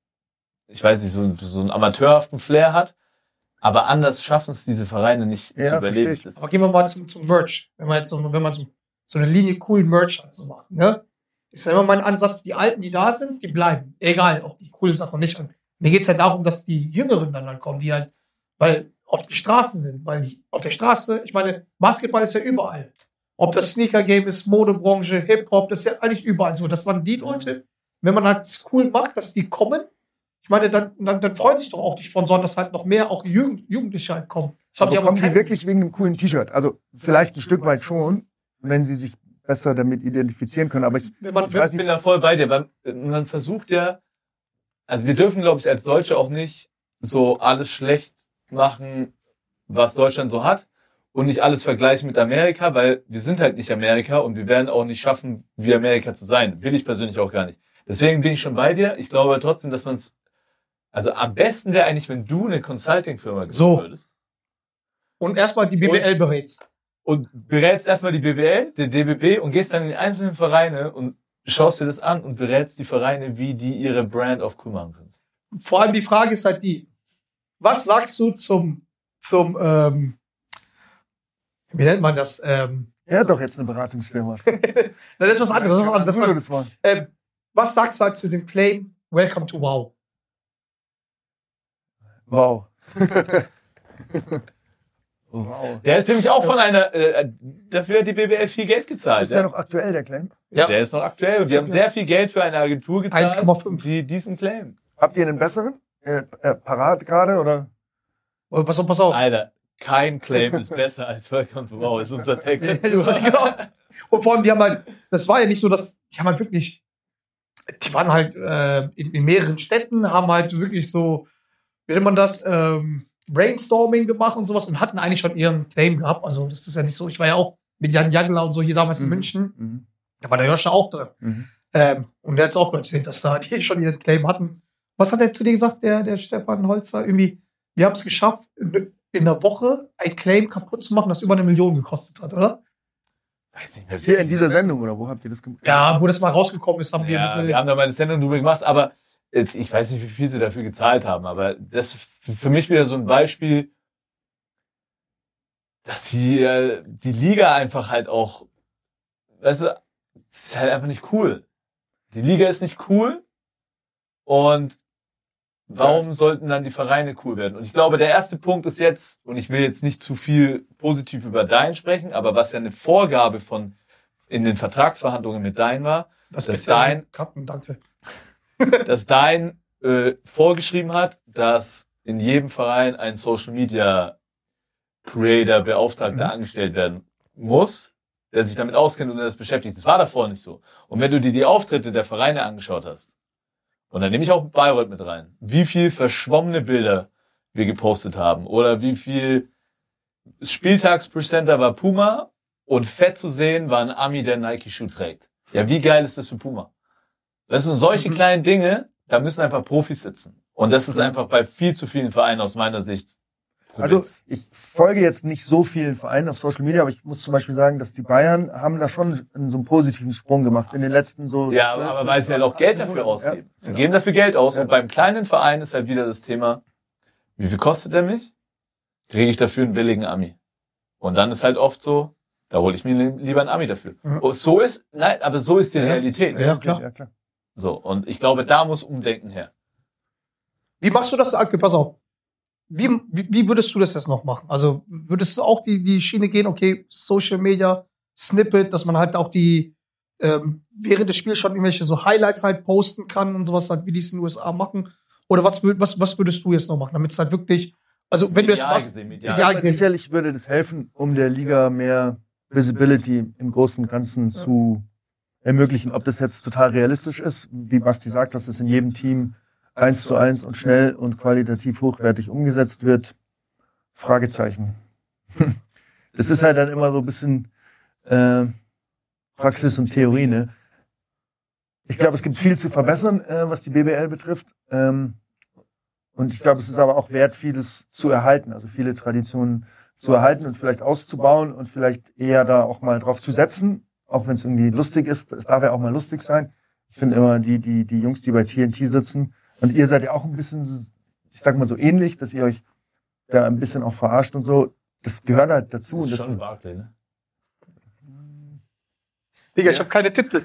ich weiß nicht, so, so einen amateurhaften Flair hat. Aber anders schaffen es diese Vereine nicht Ja, zu überleben. verstehe ich. Das Aber gehen wir mal zum, zum Merch. Wenn man jetzt so, wenn man so, so eine Linie coolen Merch hat, so macht, ne? Ist ja immer mein Ansatz, die Alten, die da sind, die bleiben. Egal, ob die cool sind oder nicht. Und mir geht's ja darum, dass die Jüngeren dann, dann kommen, die halt, weil auf den Straßen sind, weil die, auf der Straße, ich meine, Basketball ist ja überall. Ob das Sneaker-Game ist, Modebranche, Hip-Hop, das ist ja eigentlich überall so. Das waren die Leute, wenn man halt es cool macht, dass die kommen, ich meine, dann, dann, dann freuen sich doch auch die Sponsoren, dass halt noch mehr auch Jugend, Jugendliche halt kommen. Das haben Aber die kommen die kein- wirklich wegen einem coolen T-Shirt? Also vielleicht ein Stück weit schon, wenn sie sich besser damit identifizieren können. Aber ich, wenn man, ich weiß Ich bin nicht, da voll bei dir. Man, man versucht ja, also wir dürfen, glaube ich, als Deutsche auch nicht so alles schlecht machen, was Deutschland so hat und nicht alles vergleichen mit Amerika, weil wir sind halt nicht Amerika und wir werden auch nicht schaffen, wie Amerika zu sein. Will ich persönlich auch gar nicht. Deswegen bin ich schon bei dir. Ich glaube trotzdem, dass man es, also am besten wäre eigentlich, wenn du eine Consulting-Firma gründen So. würdest und erstmal die B B L berätst. und berätst erstmal die B B L, den D B B und gehst dann in die einzelnen Vereine und schaust dir das an und berätst die Vereine, wie die ihre Brand auf cool machen können. Vor allem die Frage ist halt die, was sagst du zum, zum, ähm, wie nennt man das? Ähm, er hat doch jetzt eine Beratungsfirma. das ist was anderes. Das ist was, anderes. Das würde das machen. Ähm, was sagst du halt zu dem Claim, Welcome to Wow? Wow. wow. Der ist nämlich auch von einer, äh, dafür hat die B B L viel Geld gezahlt. Ist der Ja? noch aktuell, der Claim? Ja. Der ist noch aktuell und die haben sehr viel Geld für eine Agentur gezahlt, eins Komma fünf. die diesen Claim. Habt ihr einen besseren? Äh, äh, parat gerade oder? Oh, pass auf, pass auf. Alter, kein Claim ist besser als Welcome to Wow, ist unser Tag dazu. Genau. Und vor allem, die haben halt, das war ja nicht so, dass, die haben halt wirklich, die waren halt äh, in, in mehreren Städten, haben halt wirklich so, wie nennt man das, ähm, Brainstorming gemacht und sowas und hatten eigentlich schon ihren Claim gehabt. Also das ist ja nicht so, ich war ja auch mit Jan Jagler und so hier damals in Mhm. München, Mhm. da war der Joscha auch drin. Mhm. Ähm, und der hat auch erzählt, dass da die schon ihren Claim hatten. Was hat er zu dir gesagt, der, der Stefan Holzer? Irgendwie, wir haben es geschafft, in, in einer Woche ein Claim kaputt zu machen, das über eine Million gekostet hat, oder? Weiß nicht mehr, Hier in dieser Sendung, oder wo habt ihr das gemacht? Ja, wo das mal rausgekommen ist, haben wir ein Ja, bisschen. wir haben da mal eine Sendung drüber gemacht, aber äh, ich weiß nicht, wie viel sie dafür gezahlt haben, aber das ist für mich wieder so ein Beispiel, dass die, äh, die Liga einfach halt auch, weißt du, das ist halt einfach nicht cool. Die Liga ist nicht cool und warum sollten dann die Vereine cool werden? Und ich glaube, der erste Punkt ist jetzt, und ich will jetzt nicht zu viel positiv über Dein sprechen, aber was ja eine Vorgabe von in den Vertragsverhandlungen mit Dein war, das das ist dein dein- Kappen, danke. dass Dein äh, vorgeschrieben hat, dass in jedem Verein ein Social Media Creator, Beauftragter Mhm. angestellt werden muss, der sich damit auskennt und der das beschäftigt. Das war davor nicht so. Und wenn du dir die Auftritte der Vereine angeschaut hast, und dann nehme ich auch Bayreuth mit rein, wie viel verschwommene Bilder wir gepostet haben oder wie viel Spieltagspresenter war Puma und fett zu sehen war ein Ami, der Nike-Schuh trägt. Ja, wie geil ist das für Puma? Das sind solche kleinen Dinge, da müssen einfach Profis sitzen. Und das ist einfach bei viel zu vielen Vereinen aus meiner Sicht Also ich folge jetzt nicht so vielen Vereinen auf Social Media, aber ich muss zum Beispiel sagen, dass die Bayern haben da schon so einen positiven Sprung gemacht in den letzten so. Ja, aber, aber weil sie halt auch Geld dafür ausgeben. Ja. Sie geben dafür Geld aus. Ja. Und beim kleinen Verein ist halt wieder das Thema, wie viel kostet der mich? Kriege ich dafür einen billigen Ami? Und dann ist halt oft so, da hole ich mir lieber einen Ami dafür. Ja. Und so ist, nein, aber so ist die Realität. Ja, klar. Ja, klar. So, und ich glaube, da muss Umdenken her. Wie machst du das, Alke? Pass auf. Wie, wie, wie würdest du das jetzt noch machen? Also würdest du auch die, die Schiene gehen, okay, Social Media, Snippet, dass man halt auch die, ähm, während des Spiels schon irgendwelche so Highlights halt posten kann und sowas halt, wie die es in den U S A machen? Oder was, was, was würdest du jetzt noch machen, damit es halt wirklich, also wenn du jetzt was, gesehen, ja, sicherlich würde das helfen, um der Liga mehr Visibility im Großen und Ganzen ja. zu ermöglichen. Ob das jetzt total realistisch ist, wie Basti sagt, dass es in jedem Team eins zu eins und schnell und qualitativ hochwertig umgesetzt wird, Fragezeichen. Das ist halt dann immer so ein bisschen äh, Praxis und Theorie, ne? Ich glaube, es gibt viel zu verbessern, äh, was die B B L betrifft. Ähm, und ich glaube, es ist aber auch wert, vieles zu erhalten, also viele Traditionen zu erhalten und vielleicht auszubauen und vielleicht eher da auch mal drauf zu setzen, auch wenn es irgendwie lustig ist. Es darf ja auch mal lustig sein. Ich finde immer, die, die, die Jungs, die bei T N T sitzen, und ihr seid ja auch ein bisschen, ich sag mal so ähnlich, dass ihr euch da ein bisschen auch verarscht und so. Das gehört halt dazu. Das ist und schon das Barclay, ne? Digga, ich habe keine Titel.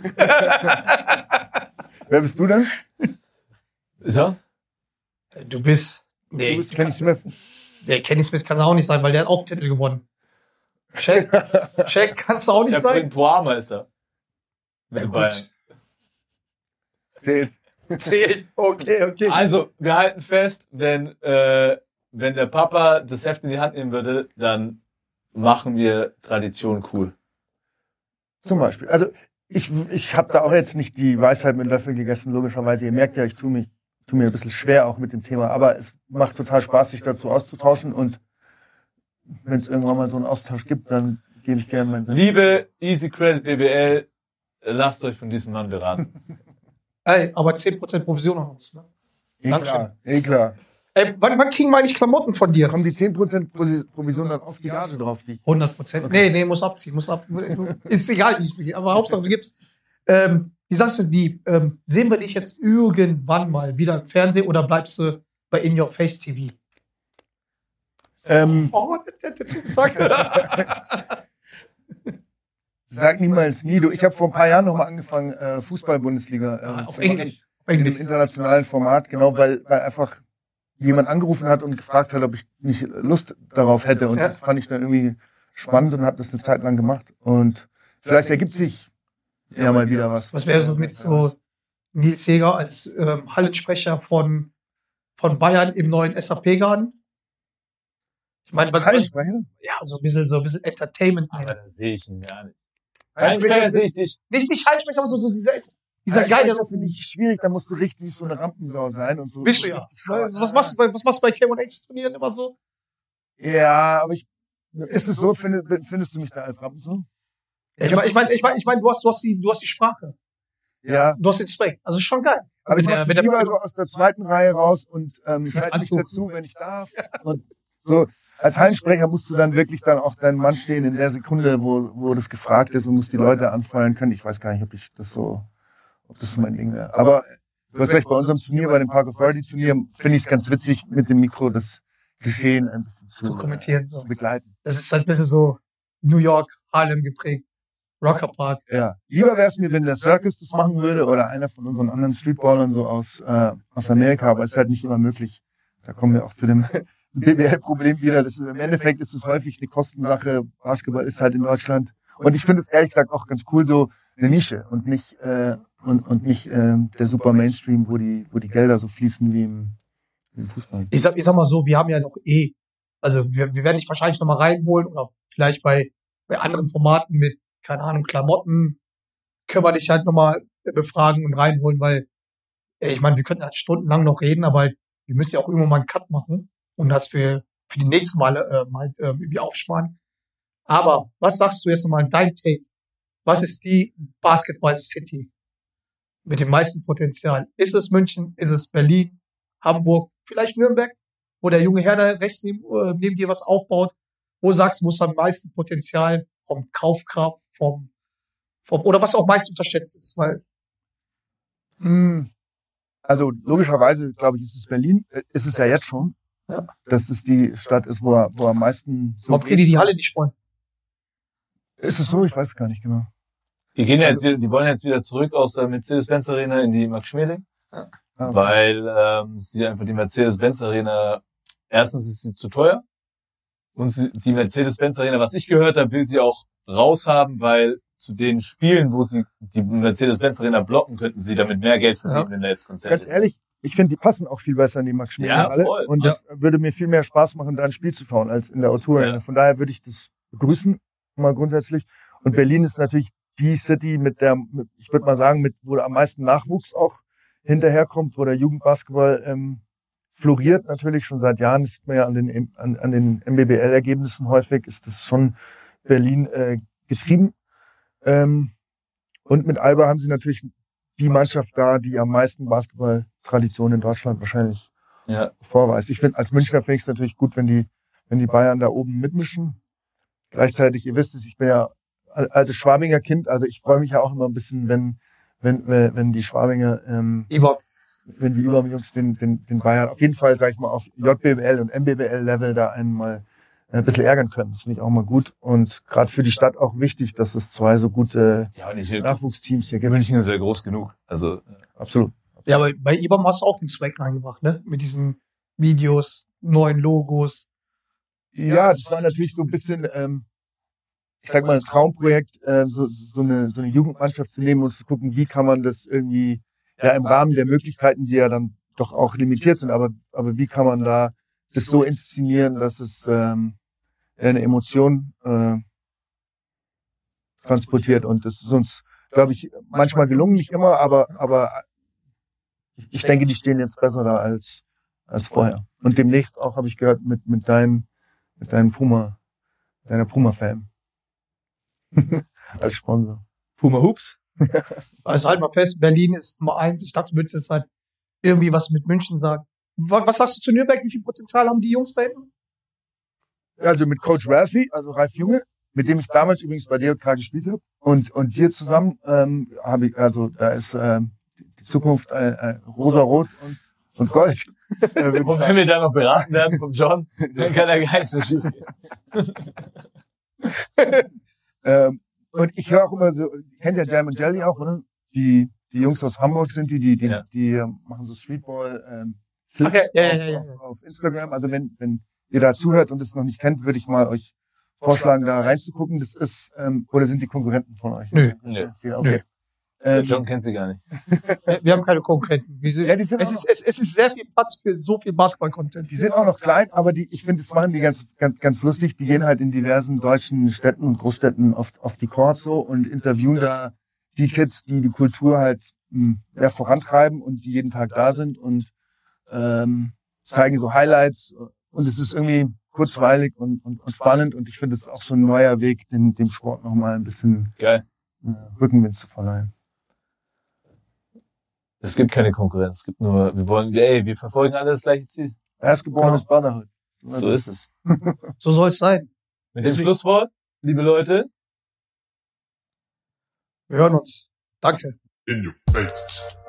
Wer bist du denn? Ja? Du bist, nee, Du bist Kenny Smith. nee, Kenny Smith kann auch nicht sein, weil der hat auch einen Titel gewonnen. Shaq, Shaq kannst du auch nicht Der sein. Prince Poirmeister. Ja, Bayern. gut. Zählt. Zählt. Okay, okay. Also, wir halten fest, wenn, äh, wenn der Papa das Heft in die Hand nehmen würde, dann machen wir Tradition cool. Zum Beispiel. Also ich, ich habe da auch jetzt nicht die Weisheit mit Löffel gegessen, logischerweise. Ihr merkt ja, ich tue mich, tue mir ein bisschen schwer auch mit dem Thema, aber es macht total Spaß, sich dazu auszutauschen und wenn es irgendwann mal so einen Austausch gibt, dann gebe ich gerne meinen Senf. Liebe Easy Credit B B L, lasst euch von diesem Mann beraten. Ey, aber zehn Prozent Provision an uns, ne? Eh klar, eh klar. Ey, wann, wann kriegen wir eigentlich Klamotten von dir? Kommen die zehn Prozent Provision dann auf die Gage drauf? Die hundert Prozent. Nee, nee, muss abziehen, muss ab. Ist egal, wie ich spiele, aber Hauptsache du gibst. Ähm, wie sagst du, die, ähm, sehen wir dich jetzt irgendwann mal wieder im Fernsehen oder bleibst du bei In Your Face T V? ähm, Oh, der hat jetzt gesagt. Sag niemals nie. Du, ich habe vor ein paar Jahren noch mal angefangen, äh, Fußball-Bundesliga äh, Auf zu machen. Englisch. Auf In einem Englisch. internationalen Format, genau, weil, weil einfach jemand angerufen hat und gefragt hat, ob ich nicht Lust darauf hätte. Und Ja. das fand ich dann irgendwie spannend und habe das eine Zeit lang gemacht. Und vielleicht ergibt sich ja mal wieder was. Was wäre so mit so Nils Jäger als ähm, Hallensprecher von, von Bayern im neuen S A P-Garten? Ich meine, was, was, Hallensprecher? ja, so ein bisschen, so ein bisschen Entertainment. Aber das sehe ich ihn gar nicht. Hallensprecher sehe ich dich. Nicht, nicht Hallensprecher, aber so, so dieser, dieser Hallensprecher geile. finde ich schwierig, da musst du richtig so eine Rampensau sein und so. Bist du so ja. richtig stark. Was machst du bei, was machst du bei K eins Turnieren immer so? Ja, aber ich, ist es so, findest, findest du mich da als Rampensau? Ich meine, ich meine, ich meine, ich mein, du hast, du hast die, du hast die Sprache. Ja. Du hast den Speck. Also ist schon geil. Aber ich Wenn der- mache wenn der- lieber so aus der zweiten Reihe raus und ähm, ich Mit halte mich Anzug. dazu, wenn ich darf. Und so als Hallensprecher musst du dann wirklich dann auch dein Mann stehen in der Sekunde, wo, wo das gefragt ist und musst die Leute anfeuern können. Ich weiß gar nicht, ob ich das so, ob das so mein Ding wäre. Aber du hast recht, bei unserem Turnier, bei dem Park Authority Turnier, finde ich es ganz witzig, mit dem Mikro das Geschehen ein bisschen zu, Zu kommentieren, äh, so. zu begleiten. Das ist halt ein bisschen so New York, Harlem geprägt. Rocker Park. Ja. Lieber wäre es mir, wenn der Circus das machen würde oder einer von unseren anderen Streetballern so aus, äh, aus Amerika, aber es ist halt nicht immer möglich. Da kommen wir auch zu dem B B L-Problem wieder. Das ist, im Endeffekt ist es häufig eine Kostensache. Basketball ist halt in Deutschland. Und ich finde es ehrlich gesagt auch ganz cool, so eine Nische und nicht, äh, und, und nicht äh, der super Mainstream, wo die, wo die Gelder so fließen wie im, wie im Fußball. Ich sag, ich sag mal so, wir haben ja noch eh, also wir, wir werden dich wahrscheinlich noch mal reinholen oder vielleicht bei, bei anderen Formaten mit, keine Ahnung, Klamotten, können wir dich halt noch mal befragen und reinholen, weil, äh, ich meine, wir könnten halt stundenlang noch reden, aber halt, wir müssen ja auch irgendwann mal einen Cut machen und das für, für die nächsten Male äh, halt äh, irgendwie aufsparen. Aber was sagst du jetzt nochmal dein Take? Was ist die Basketball City mit dem meisten Potenzial? Ist es München? Ist es Berlin? Hamburg? Vielleicht Nürnberg? wo der junge Herr da rechts neben, äh, neben dir was aufbaut, wo du sagst, muss am meisten Potenzial vom Kaufkraft, vom, vom, oder was auch meist unterschätzt ist, weil, Hm. Also logischerweise, glaube ich, ist es Berlin. Äh, Ist es ja jetzt schon. Ja. Dass es die Stadt ist, wo, er- wo am meisten so warum kriegen die die Halle nicht voll? Ist es so? Ich weiß gar nicht genau. Die gehen ja Also- jetzt wieder, die wollen jetzt wieder zurück aus der Mercedes-Benz Arena in die Max-Schmeling, Ah, weil ähm, sie einfach die Mercedes-Benz Arena, erstens ist sie zu teuer und sie, die Mercedes-Benz Arena, was ich gehört habe, will sie auch raushaben, weil zu den Spielen, wo sie die Mercedes-Benz Arena blocken, könnten sie damit mehr Geld verdienen, Ja. wenn da jetzt Konzerte Ganz ehrlich, ich finde, die passen auch viel besser in die max Ja, Halle. voll. Und das würde mir viel mehr Spaß machen, da ein Spiel zu schauen, als in der O zwei Arena. Ja. Von daher würde ich das begrüßen, mal grundsätzlich. Und Berlin ist natürlich die City mit der, mit, ich würde mal sagen, mit, wo am meisten Nachwuchs auch hinterherkommt, wo der Jugendbasketball ähm, floriert natürlich schon seit Jahren. Das sieht man ja an den, an, an den M B B L-Ergebnissen häufig, ist das schon Berlin äh, getrieben. Ähm, und mit Alba haben sie natürlich die Mannschaft da, die am meisten Basketball-Tradition in Deutschland wahrscheinlich Ja. vorweist. Ich finde, als Münchner finde ich es natürlich gut, wenn die, wenn die Bayern da oben mitmischen. Gleichzeitig, ihr wisst es, ich bin ja al- altes Schwabinger Kind, also ich freue mich ja auch immer ein bisschen, wenn, wenn, wenn wenn die Schwabinger, ähm, Über, wenn die Überjungs den, den, den Bayern auf jeden Fall, sag ich mal, auf J B B L und M B B L-Level da einmal ein bisschen ärgern können. Das finde ich auch mal gut. Und gerade für die Stadt auch wichtig, dass es zwei so gute Ja, und ich, Nachwuchsteams hier gibt. München ist ja groß genug. Also, Absolut. ja, aber bei Ibam hast du auch den Swag reingebracht, ne? Mit diesen Videos, neuen Logos. Ja, das war natürlich so ein bisschen, ähm, ich sag mal, ein Traumprojekt, äh, so, so, eine, so eine Jugendmannschaft zu nehmen und zu gucken, wie kann man das irgendwie, ja, im Rahmen der Möglichkeiten, die ja dann doch auch limitiert sind, aber, aber wie kann man da das so inszenieren, dass es ähm, eine Emotion äh, transportiert. Und das ist uns, glaube ich, manchmal gelungen, nicht immer, aber, aber ich denke, die stehen jetzt besser da als, als vorher. Und demnächst auch, habe ich gehört, mit, mit deinen, mit deinem Puma, deiner Puma-Fan. Als Sponsor. Puma Hoops? Also halt mal fest, Berlin ist Nummer eins. Ich dachte, du würdest jetzt halt irgendwie was mit München sagen. Was, was sagst du zu Nürnberg? Wie viel Potenzial haben die Jungs da hinten? Also mit Coach Ralphie, also Ralf Junge, mit dem ich damals übrigens bei D J K gespielt habe. Und, und dir zusammen ähm, habe ich, also da ist ähm, die Zukunft äh, äh, rosa-rot und, und Gold. Äh, würd ich Und wenn sagen. wir da noch beraten werden vom John, dann kann er gar nichts mehr schief gehen. ähm, und ich höre auch immer so, kennt ja Jam and Jelly auch, oder? Die, die Jungs aus Hamburg sind die, die, die, Ja. die ähm, machen so Streetball ähm, Ach Clips ja, ja, auf, ja, ja, auf, ja. auf Instagram. Also wenn, wenn ihr da zuhört und es noch nicht kennt, würde ich mal euch vorschlagen, da reinzugucken. Das ist, ähm, oder sind die Konkurrenten von euch? Nö. Nö. Ja, okay. Der Ähm, John kennt sie gar nicht. Wir wir haben keine Konkurrenten. Wir sind, Ja, die sind es, auch ist, es, es ist sehr viel Platz für so viel Basketball-Content. Die sind auch noch klein, aber die, ich finde, das machen die ganz, ganz, ganz lustig. Die gehen halt in diversen deutschen Städten und Großstädten auf, auf die Court so und interviewen da die Kids, die die Kultur halt mh, ja, vorantreiben und die jeden Tag da sind und ähm, zeigen so Highlights. Und es ist irgendwie kurzweilig und, und, und spannend. Und ich finde, es ist auch so ein neuer Weg, den, dem Sport nochmal ein bisschen Geil. äh, Rückenwind zu verleihen. Es gibt keine Konkurrenz. Es gibt nur, wir wollen, ey, wir verfolgen alle das gleiche Ziel. Erstgeborenes Genau. Brotherhood. So ist es. So soll es sein. Mit dem Deswegen- Schlusswort, liebe Leute, Wir hören uns. Danke. In your face.